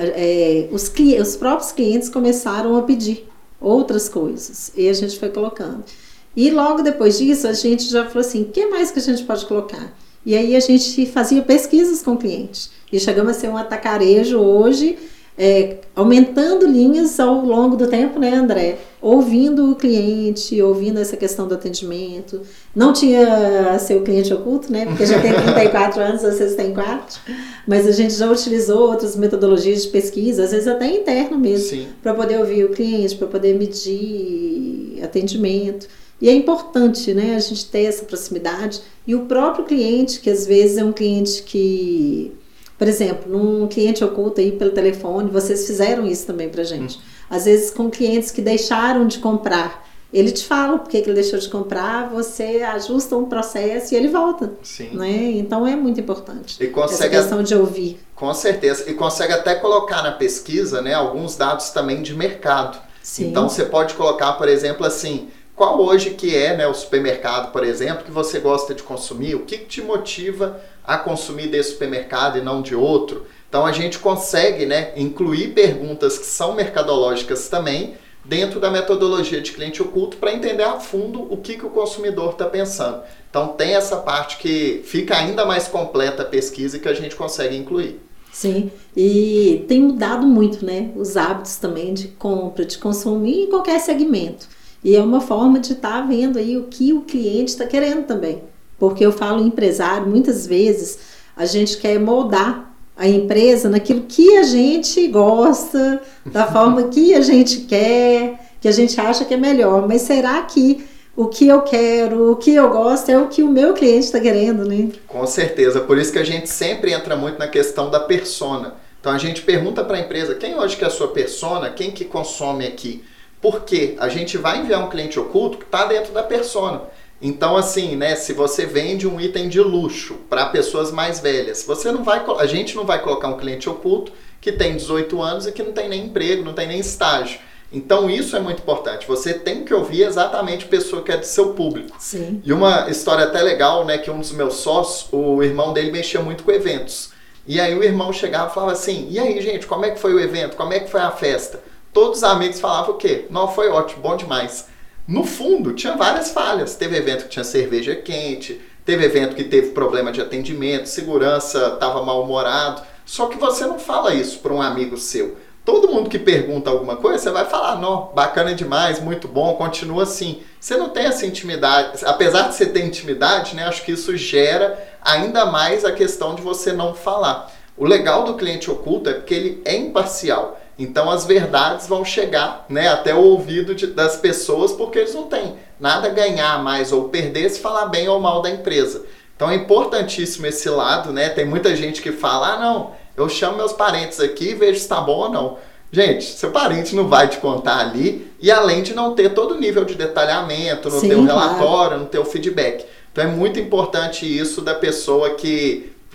os próprios clientes começaram a pedir outras coisas. E a gente foi colocando. E logo depois disso, a gente já falou assim, o que mais que a gente pode colocar? E aí a gente fazia pesquisas com clientes. E chegamos a ser um atacarejo hoje, aumentando linhas ao longo do tempo, né, André? Ouvindo o cliente, ouvindo essa questão do atendimento. Não tinha seu cliente oculto, né? Porque já tem 34 anos, vocês têm 4. Mas a gente já utilizou outras metodologias de pesquisa, às vezes até interno mesmo, para poder ouvir o cliente, para poder medir atendimento. E é importante, né, a gente ter essa proximidade. E o próprio cliente, que às vezes é um cliente que... Por exemplo, num cliente oculto aí pelo telefone, vocês fizeram isso também pra gente. Às vezes com clientes que deixaram de comprar, ele te fala por que ele deixou de comprar, você ajusta um processo e ele volta. Sim. Né? Então é muito importante e consegue, essa questão de ouvir. Com certeza. E consegue até colocar na pesquisa, né, alguns dados também de mercado. Sim. Então você pode colocar, por exemplo, assim, qual hoje que é, né, o supermercado, por exemplo, que você gosta de consumir, o que te motiva a consumir desse supermercado e não de outro. Então a gente consegue, né, incluir perguntas que são mercadológicas também dentro da metodologia de cliente oculto para entender a fundo o que o consumidor está pensando. Então tem essa parte que fica ainda mais completa a pesquisa e que a gente consegue incluir. Sim, e tem mudado muito, né, os hábitos também de compra, de consumir em qualquer segmento. E é uma forma de estar vendo aí o que o cliente está querendo também. Porque eu falo empresário, muitas vezes a gente quer moldar a empresa naquilo que a gente gosta, da forma que a gente quer, que a gente acha que é melhor. Mas será que o que eu quero, o que eu gosto é o que o meu cliente está querendo, né? Com certeza, por isso que a gente sempre entra muito na questão da persona. Então a gente pergunta para a empresa, quem hoje que é a sua persona, quem que consome aqui? Porque a gente vai enviar um cliente oculto que está dentro da persona. Então, assim, né, se você vende um item de luxo para pessoas mais velhas, a gente não vai colocar um cliente oculto que tem 18 anos e que não tem nem emprego, não tem nem estágio. Então, isso é muito importante. Você tem que ouvir exatamente a pessoa que é do seu público. Sim. E uma história até legal, né, que um dos meus sócios, o irmão dele mexia muito com eventos. E aí o irmão chegava e falava assim, e aí, gente, como é que foi o evento? Como é que foi a festa? Todos os amigos falavam o quê? Não, foi ótimo, bom demais. No fundo, tinha várias falhas. Teve evento que tinha cerveja quente, teve evento que teve problema de atendimento, segurança estava mal-humorado. Só que você não fala isso para um amigo seu. Todo mundo que pergunta alguma coisa, você vai falar, não, bacana demais, muito bom, continua assim. Você não tem essa intimidade, apesar de você ter intimidade, né, acho que isso gera ainda mais a questão de você não falar. O legal do cliente oculto é porque ele é imparcial. Então as verdades vão chegar, né, até o ouvido das pessoas, porque eles não têm nada a ganhar mais ou perder se falar bem ou mal da empresa. Então é importantíssimo esse lado, né? Tem muita gente que fala, não, eu chamo meus parentes aqui e vejo se está bom ou não. Gente, seu parente não vai te contar ali, e além de não ter todo o nível de detalhamento, não ter um relatório, não ter o feedback. Então é muito importante isso da pessoa que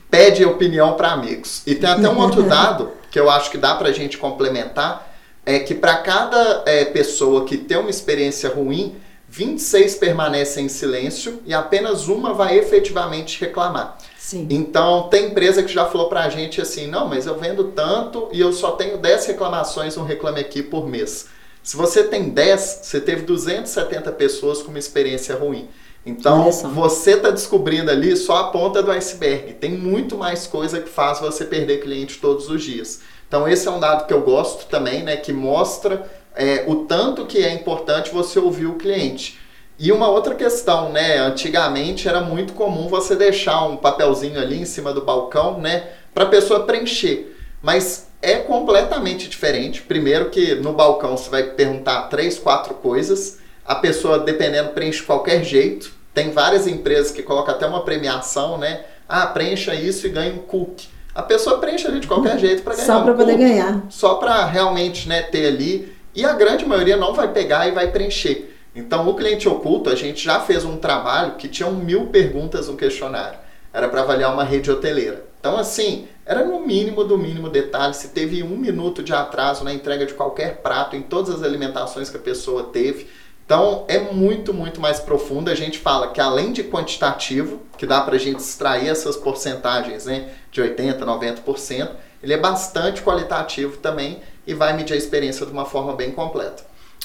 pede opinião para amigos. E tem até um outro dado que eu acho que dá para a gente complementar, é que para cada pessoa que tem uma experiência ruim, 26 permanecem em silêncio e apenas uma vai efetivamente reclamar. Sim. Então, tem empresa que já falou pra gente assim, não, mas eu vendo tanto e eu só tenho 10 reclamações no Reclame Aqui por mês. Se você tem 10, você teve 270 pessoas com uma experiência ruim. Então, você está descobrindo ali só a ponta do iceberg. Tem muito mais coisa que faz você perder cliente todos os dias. Então, esse é um dado que eu gosto também, né, que mostra o tanto que é importante você ouvir o cliente. E uma outra questão, né, antigamente era muito comum você deixar um papelzinho ali em cima do balcão, né, para a pessoa preencher. Mas é completamente diferente. Primeiro que no balcão você vai perguntar 3, 4 coisas. A pessoa, dependendo, preenche de qualquer jeito. Tem várias empresas que colocam até uma premiação, né? Ah, preencha isso e ganha um cookie. A pessoa preenche ali de qualquer jeito para ganhar só para poder ganhar. Só para realmente, né, ter ali. E a grande maioria não vai pegar e vai preencher. Então, o cliente oculto, a gente já fez um trabalho que tinha 1000 perguntas no questionário. Era para avaliar uma rede hoteleira. Então, assim, era no mínimo do mínimo detalhe. Se teve 1 minuto de atraso na entrega de qualquer prato, em todas as alimentações que a pessoa teve. Então, é muito, muito mais profundo. A gente fala que além de quantitativo, que dá para a gente extrair essas porcentagens, né, de 80%, 90%, ele é bastante qualitativo também e vai medir a experiência de uma forma bem completa.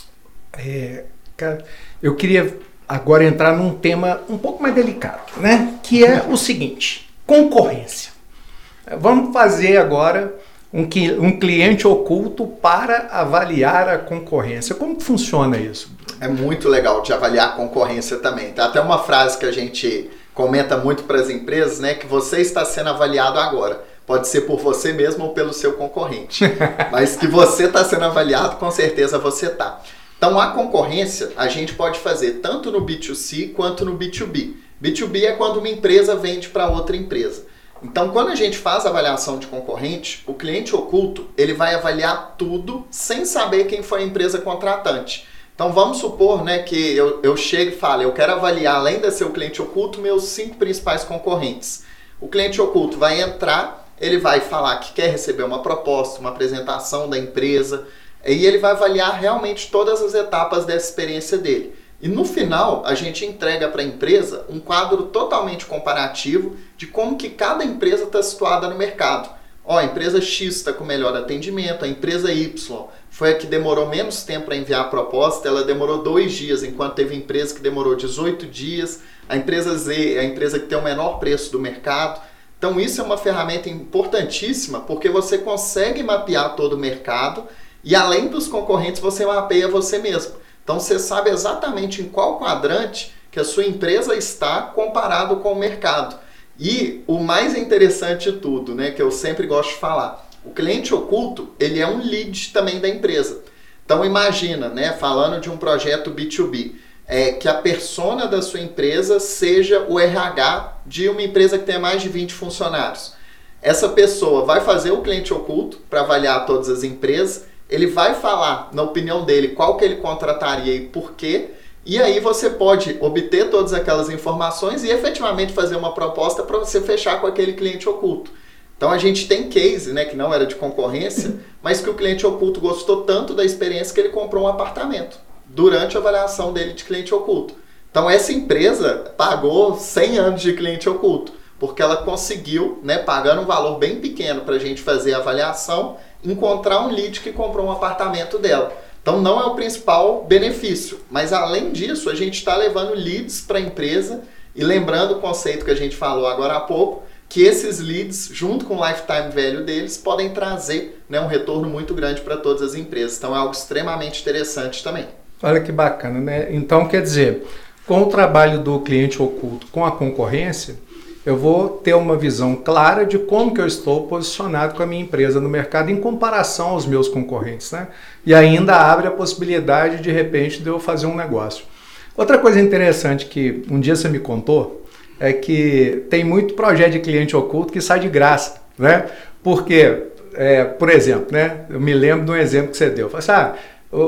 Cara, eu queria agora entrar num tema um pouco mais delicado, né? Que é o seguinte, concorrência. Vamos fazer agora um cliente oculto para avaliar a concorrência. Como que funciona isso? É muito legal de avaliar a concorrência também. Tem até uma frase que a gente comenta muito para as empresas, né? Que você está sendo avaliado agora. Pode ser por você mesmo ou pelo seu concorrente. Mas que você está sendo avaliado, com certeza você está. Então, a concorrência a gente pode fazer tanto no B2C quanto no B2B. B2B é quando uma empresa vende para outra empresa. Então, quando a gente faz a avaliação de concorrente, o cliente oculto ele vai avaliar tudo sem saber quem foi a empresa contratante. Então, vamos supor, né, que eu chego e falo, eu quero avaliar, além de ser o cliente oculto, meus 5 principais concorrentes. O cliente oculto vai entrar, ele vai falar que quer receber uma proposta, uma apresentação da empresa, e ele vai avaliar realmente todas as etapas dessa experiência dele. E no final, a gente entrega para a empresa um quadro totalmente comparativo de como que cada empresa está situada no mercado. Ó, a empresa X está com melhor atendimento, a empresa Y foi a que demorou menos tempo para enviar a proposta, ela demorou 2 dias, enquanto teve empresa que demorou 18 dias, a empresa Z é a empresa que tem o menor preço do mercado. Então isso é uma ferramenta importantíssima porque você consegue mapear todo o mercado e além dos concorrentes você mapeia você mesmo. Então você sabe exatamente em qual quadrante que a sua empresa está comparado com o mercado. E o mais interessante de tudo, né, que eu sempre gosto de falar, o cliente oculto ele é um lead também da empresa. Então imagina, né, falando de um projeto B2B, que a persona da sua empresa seja o RH de uma empresa que tenha mais de 20 funcionários. Essa pessoa vai fazer o cliente oculto para avaliar todas as empresas, ele vai falar, na opinião dele, qual que ele contrataria e por quê, e aí você pode obter todas aquelas informações e efetivamente fazer uma proposta para você fechar com aquele cliente oculto. Então a gente tem case, né, que não era de concorrência, mas que o cliente oculto gostou tanto da experiência que ele comprou um apartamento durante a avaliação dele de cliente oculto. Então essa empresa pagou 100 anos de cliente oculto, porque ela conseguiu, né, pagando um valor bem pequeno para a gente fazer a avaliação, encontrar um lead que comprou um apartamento dela. Então não é o principal benefício, mas além disso a gente está levando leads para a empresa e lembrando o conceito que a gente falou agora há pouco, que esses leads, junto com o lifetime value deles, podem trazer, né, um retorno muito grande para todas as empresas. Então é algo extremamente interessante também. Olha que bacana, né? Então, quer dizer, com o trabalho do cliente oculto com a concorrência, eu vou ter uma visão clara de como que eu estou posicionado com a minha empresa no mercado em comparação aos meus concorrentes, né? E ainda abre a possibilidade, de repente, de eu fazer um negócio. Outra coisa interessante que um dia você me contou é que tem muito projeto de cliente oculto que sai de graça, né? Porque, por exemplo, né? Eu me lembro de um exemplo que você deu. Eu falei assim,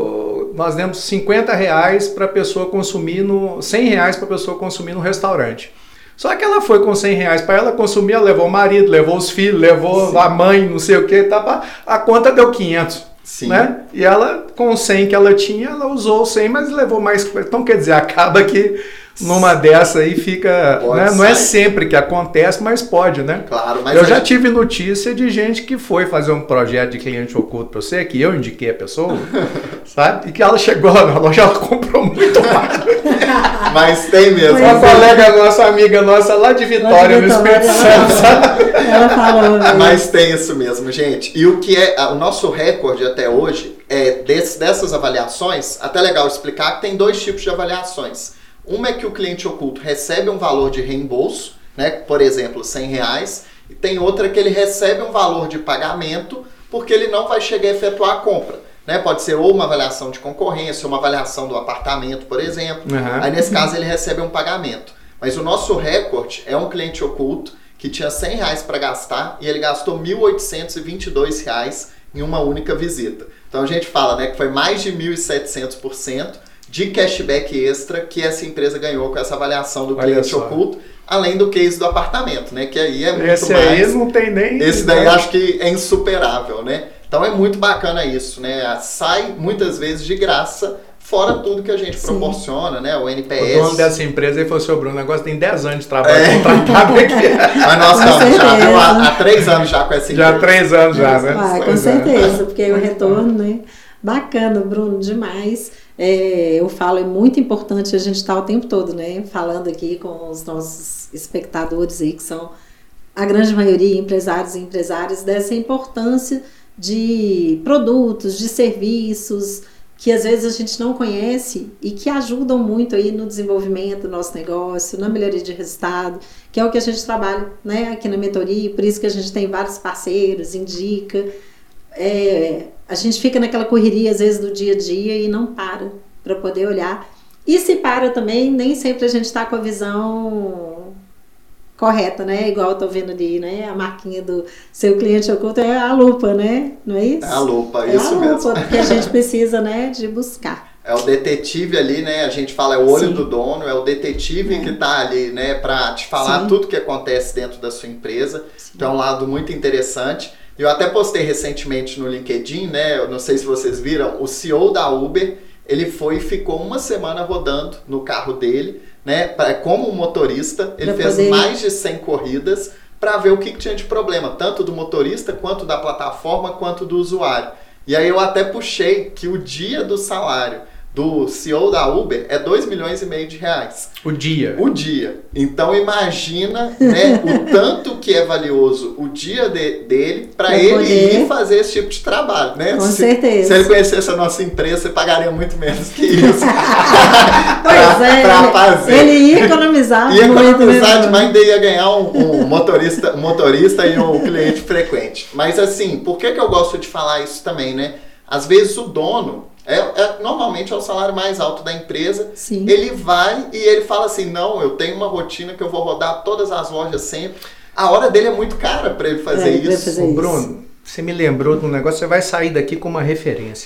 nós demos R$50 para a pessoa consumir, R$100 para a pessoa consumir no restaurante. Só que ela foi com R$100 para ela consumir, ela levou o marido, levou os filhos, levou Sim. a mãe, não sei o que, a conta deu 500. Sim. Né? E ela, com o 100 que ela tinha, ela usou o 100, mas levou mais. Então, quer dizer, acaba que numa dessa aí fica... Né? Não é sempre que acontece, mas pode, né? Claro, mas eu já tive notícia de gente que foi fazer um projeto de cliente oculto para você, que eu indiquei a pessoa, sabe? E que ela chegou lá na loja, ela comprou muito mais. Mas tem mesmo. Uma colega nossa, amiga nossa, lá de Vitória, no Espírito Santo, sabe? Ela falou. Mas tem isso mesmo, gente. E o que é o nosso recorde até hoje é dessas avaliações, até legal explicar que tem 2 tipos de avaliações. Uma é que o cliente oculto recebe um valor de reembolso, né? Por exemplo, R$100, e tem outra que ele recebe um valor de pagamento porque ele não vai chegar a efetuar a compra. Né? Pode ser ou uma avaliação de concorrência, uma avaliação do apartamento, por exemplo. Aí nesse caso ele recebe um pagamento. Mas o nosso recorde é um cliente oculto que tinha R$100 para gastar e ele gastou R$1.822 em uma única visita. Então a gente fala, né, que foi mais de 1.700% de cashback extra que essa empresa ganhou com essa avaliação do cliente oculto, além do case do apartamento, né? Que aí é muito esse mais... Esse aí não tem nem... Esse daí acho que é insuperável, né? Então é muito bacana isso, né? Sai muitas vezes de graça, fora tudo que a gente proporciona, né? O NPS... O dono dessa empresa ele falou, seu Bruno, o negócio tem 10 anos de trabalho contratado aqui. Mas nós estamos já há 3 anos já com essa empresa. Já há 3 anos já, né? Com certeza, porque o retorno, né? Bacana, Bruno, demais. Eu falo, é muito importante a gente estar o tempo todo, né, falando aqui com os nossos espectadores aí, que são a grande maioria empresários e empresárias, dessa importância de produtos, de serviços, que às vezes a gente não conhece e que ajudam muito aí no desenvolvimento do nosso negócio, na melhoria de resultado, que é o que a gente trabalha, né, aqui na mentoria, por isso que a gente tem vários parceiros, indica... a gente fica naquela correria às vezes do dia a dia e não para poder olhar. E se para também, nem sempre a gente está com a visão correta, né? Igual eu tô vendo ali, né? A marquinha do seu cliente oculto é a lupa, né? Não é isso? É a lupa, é isso a lupa, mesmo. Porque a gente precisa, né, de buscar. É o detetive ali, né? A gente fala, é o olho do dono, é o detetive que tá ali, né? Para te falar tudo que acontece dentro da sua empresa. Então é um lado muito interessante. Eu até postei recentemente no LinkedIn, né? Eu não sei se vocês viram, o CEO da Uber, ele foi e ficou uma semana rodando no carro dele, né? Como um motorista, ele fez mais de 100 corridas para ver o que tinha de problema, tanto do motorista, quanto da plataforma, quanto do usuário. E aí eu até puxei que o dia do salário do CEO da Uber é R$2,5 milhões. O dia. O dia. Então imagina, né, o tanto que é valioso o dia dele para ele ir fazer esse tipo de trabalho, né? Com certeza. Se ele conhecesse a nossa empresa, você pagaria muito menos que isso. Pra fazer. Ele ia economizar. Ia economizar demais, ainda ia ganhar um motorista e um cliente frequente. Mas assim, por que eu gosto de falar isso também, né? Às vezes o dono, normalmente é o salário mais alto da empresa. Sim. Ele vai e ele fala assim, não, eu tenho uma rotina que eu vou rodar todas as lojas sempre. A hora dele é muito cara para ele fazer isso. Ô, Bruno, você me lembrou de um negócio, você vai sair daqui com uma referência.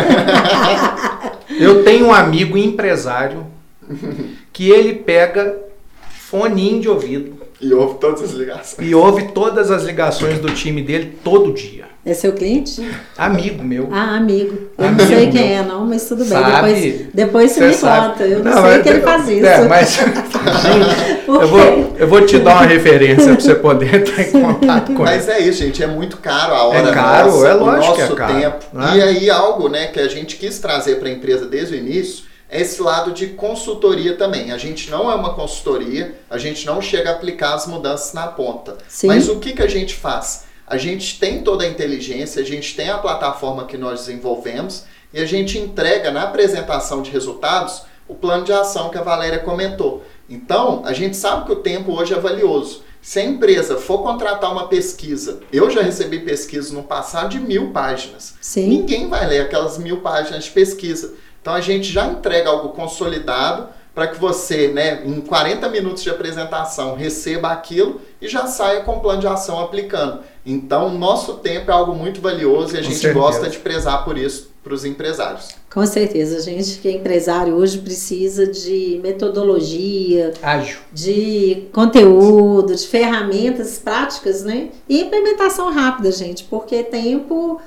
Eu tenho um amigo empresário que ele pega foninho de ouvido e ouve todas as ligações. E ouve todas as ligações do time dele todo dia. É seu cliente? Amigo meu. Ah, amigo. Eu não sei quem é, não, mas tudo bem. Sabe, depois você me conta. Eu não sei que ele faz isso. Mas, gente, eu vou te dar uma referência para você poder entrar em contato com ele. Mas é isso, gente. É muito caro a hora. É caro, nossa, é lógico o nosso que é caro, tempo. Né? E aí algo, né, que a gente quis trazer para a empresa desde o início é esse lado de consultoria também. A gente não é uma consultoria, a gente não chega a aplicar as mudanças na ponta. Sim. Mas o que a gente faz? A gente tem toda a inteligência, a gente tem a plataforma que nós desenvolvemos e a gente entrega na apresentação de resultados o plano de ação que a Valéria comentou. Então, a gente sabe que o tempo hoje é valioso. Se a empresa for contratar uma pesquisa, eu já recebi pesquisas no passado de 1000 páginas. Sim. Ninguém vai ler aquelas 1000 páginas de pesquisa. Então, a gente já entrega algo consolidado para que você, né, em 40 minutos de apresentação, receba aquilo e já saia com o plano de ação aplicando. Então, o nosso tempo é algo muito valioso e a gente gosta de prezar por isso para os empresários. Com certeza, a gente que é empresário hoje precisa de metodologia, ágil, de conteúdo, de ferramentas práticas, né? E implementação rápida, gente, porque tempo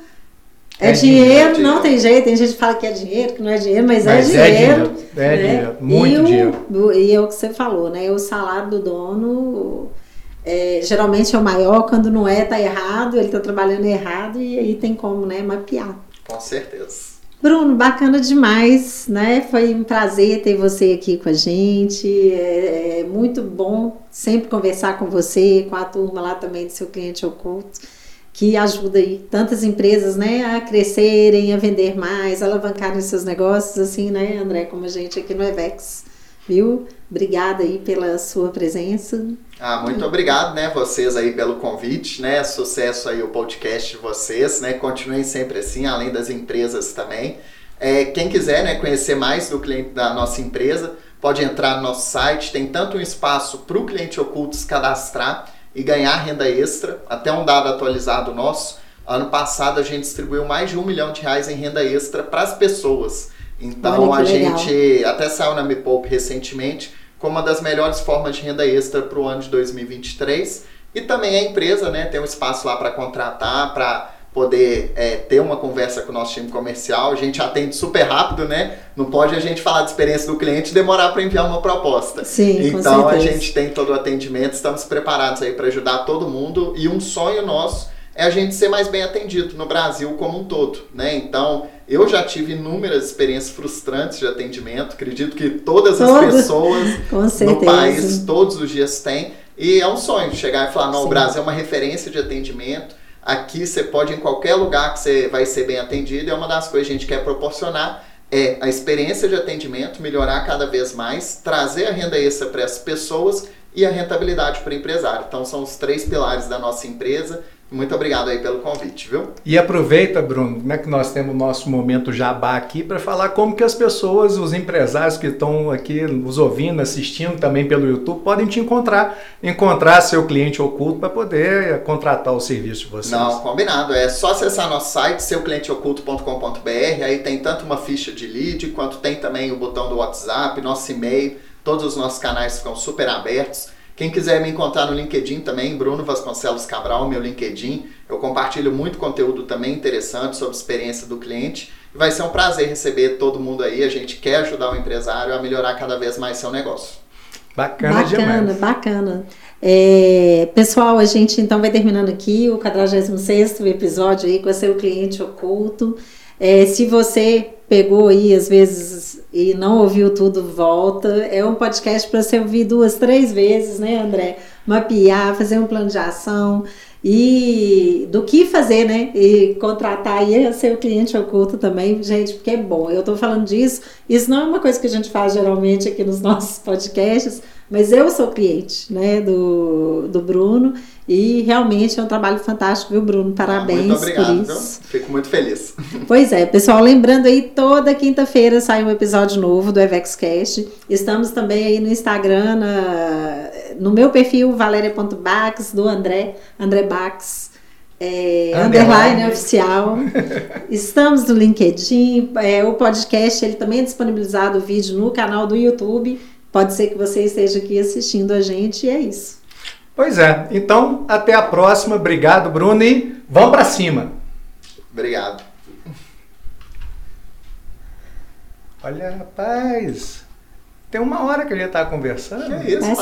é dinheiro, não tem jeito. Tem gente que fala que é dinheiro, que não é dinheiro, mas é dinheiro. É dinheiro, muito dinheiro. E é o que você falou, né? O salário do dono geralmente é o maior, quando não tá errado, ele tá trabalhando errado e aí tem como, né, mapear. Com certeza. Bruno, bacana demais, né? Foi um prazer ter você aqui com a gente. É muito bom sempre conversar com você, com a turma lá também do Seu Cliente Oculto, que ajuda aí tantas empresas, né, a crescerem, a vender mais, a alavancarem seus negócios, assim, né, André, como a gente aqui no EVEX, viu? Obrigada aí pela sua presença. Muito obrigado, né, vocês aí pelo convite, né, sucesso aí o podcast de vocês, né, continuem sempre assim, além das empresas também. Quem quiser, né, conhecer mais do cliente da nossa empresa, pode entrar no nosso site, tem tanto um espaço para o cliente oculto se cadastrar e ganhar renda extra. Até um dado atualizado nosso, ano passado a gente distribuiu mais de R$1 milhão em renda extra para as pessoas. Então a gente até saiu na Me Poupe recentemente como uma das melhores formas de renda extra para o ano de 2023. E também a empresa, né, tem um espaço lá para contratar, para poder ter uma conversa com o nosso time comercial. A gente atende super rápido, né? Não pode a gente falar de experiência do cliente e demorar para enviar uma proposta. Sim, então a gente tem todo o atendimento, estamos preparados aí para ajudar todo mundo, e um sonho nosso é a gente ser mais bem atendido no Brasil como um todo, né? Então, eu já tive inúmeras experiências frustrantes de atendimento, acredito que todas as pessoas no país todos os dias têm, e é um sonho chegar e falar, não, o Brasil é uma referência de atendimento, aqui você pode ir em qualquer lugar que você vai ser bem atendido, e é uma das coisas que a gente quer proporcionar, a experiência de atendimento, melhorar cada vez mais, trazer a renda extra para as pessoas e a rentabilidade para o empresário. Então são os 3 pilares da nossa empresa. Muito obrigado aí pelo convite, viu? E aproveita, Bruno, como é que nós temos o nosso momento jabá aqui para falar como que as pessoas, os empresários que estão aqui nos ouvindo, assistindo também pelo YouTube, podem te encontrar Seu Cliente Oculto para poder contratar o serviço de vocês. Não, combinado. É só acessar nosso site, seuclienteoculto.com.br, aí tem tanto uma ficha de lead, quanto tem também o botão do WhatsApp, nosso e-mail, todos os nossos canais ficam super abertos. Quem quiser me encontrar no LinkedIn também, Bruno Vasconcelos Cabral, meu LinkedIn. Eu compartilho muito conteúdo também interessante sobre a experiência do cliente. E vai ser um prazer receber todo mundo aí. A gente quer ajudar o empresário a melhorar cada vez mais seu negócio. Bacana demais. Bacana. Pessoal, a gente então vai terminando aqui o 46º episódio aí com o Seu Cliente Oculto. Se você pegou aí, às vezes, e não ouviu tudo, volta. É um podcast para você ouvir 2, 3 vezes, né, André? Mapear, fazer um plano de ação e do que fazer, né? E contratar aí Seu Cliente Oculto também, gente, porque é bom. Eu tô falando disso, isso não é uma coisa que a gente faz geralmente aqui nos nossos podcasts, mas eu sou cliente, né, do Bruno, e realmente é um trabalho fantástico, viu, Bruno? Parabéns. Muito obrigado, por isso. Fico muito feliz. Pois é, pessoal, lembrando aí, toda quinta-feira sai um episódio novo do EVEXcast. Estamos também aí no Instagram, no meu perfil, Valéria.Bax, do André Bax, underline oficial. Estamos no LinkedIn, o podcast, ele também é disponibilizado o vídeo no canal do YouTube. Pode ser que você esteja aqui assistindo a gente, e é isso. Pois é, então até a próxima. Obrigado, Bruno, e vamos para cima. Obrigado. Olha, rapaz, tem 1 hora que a gente está conversando. Que isso?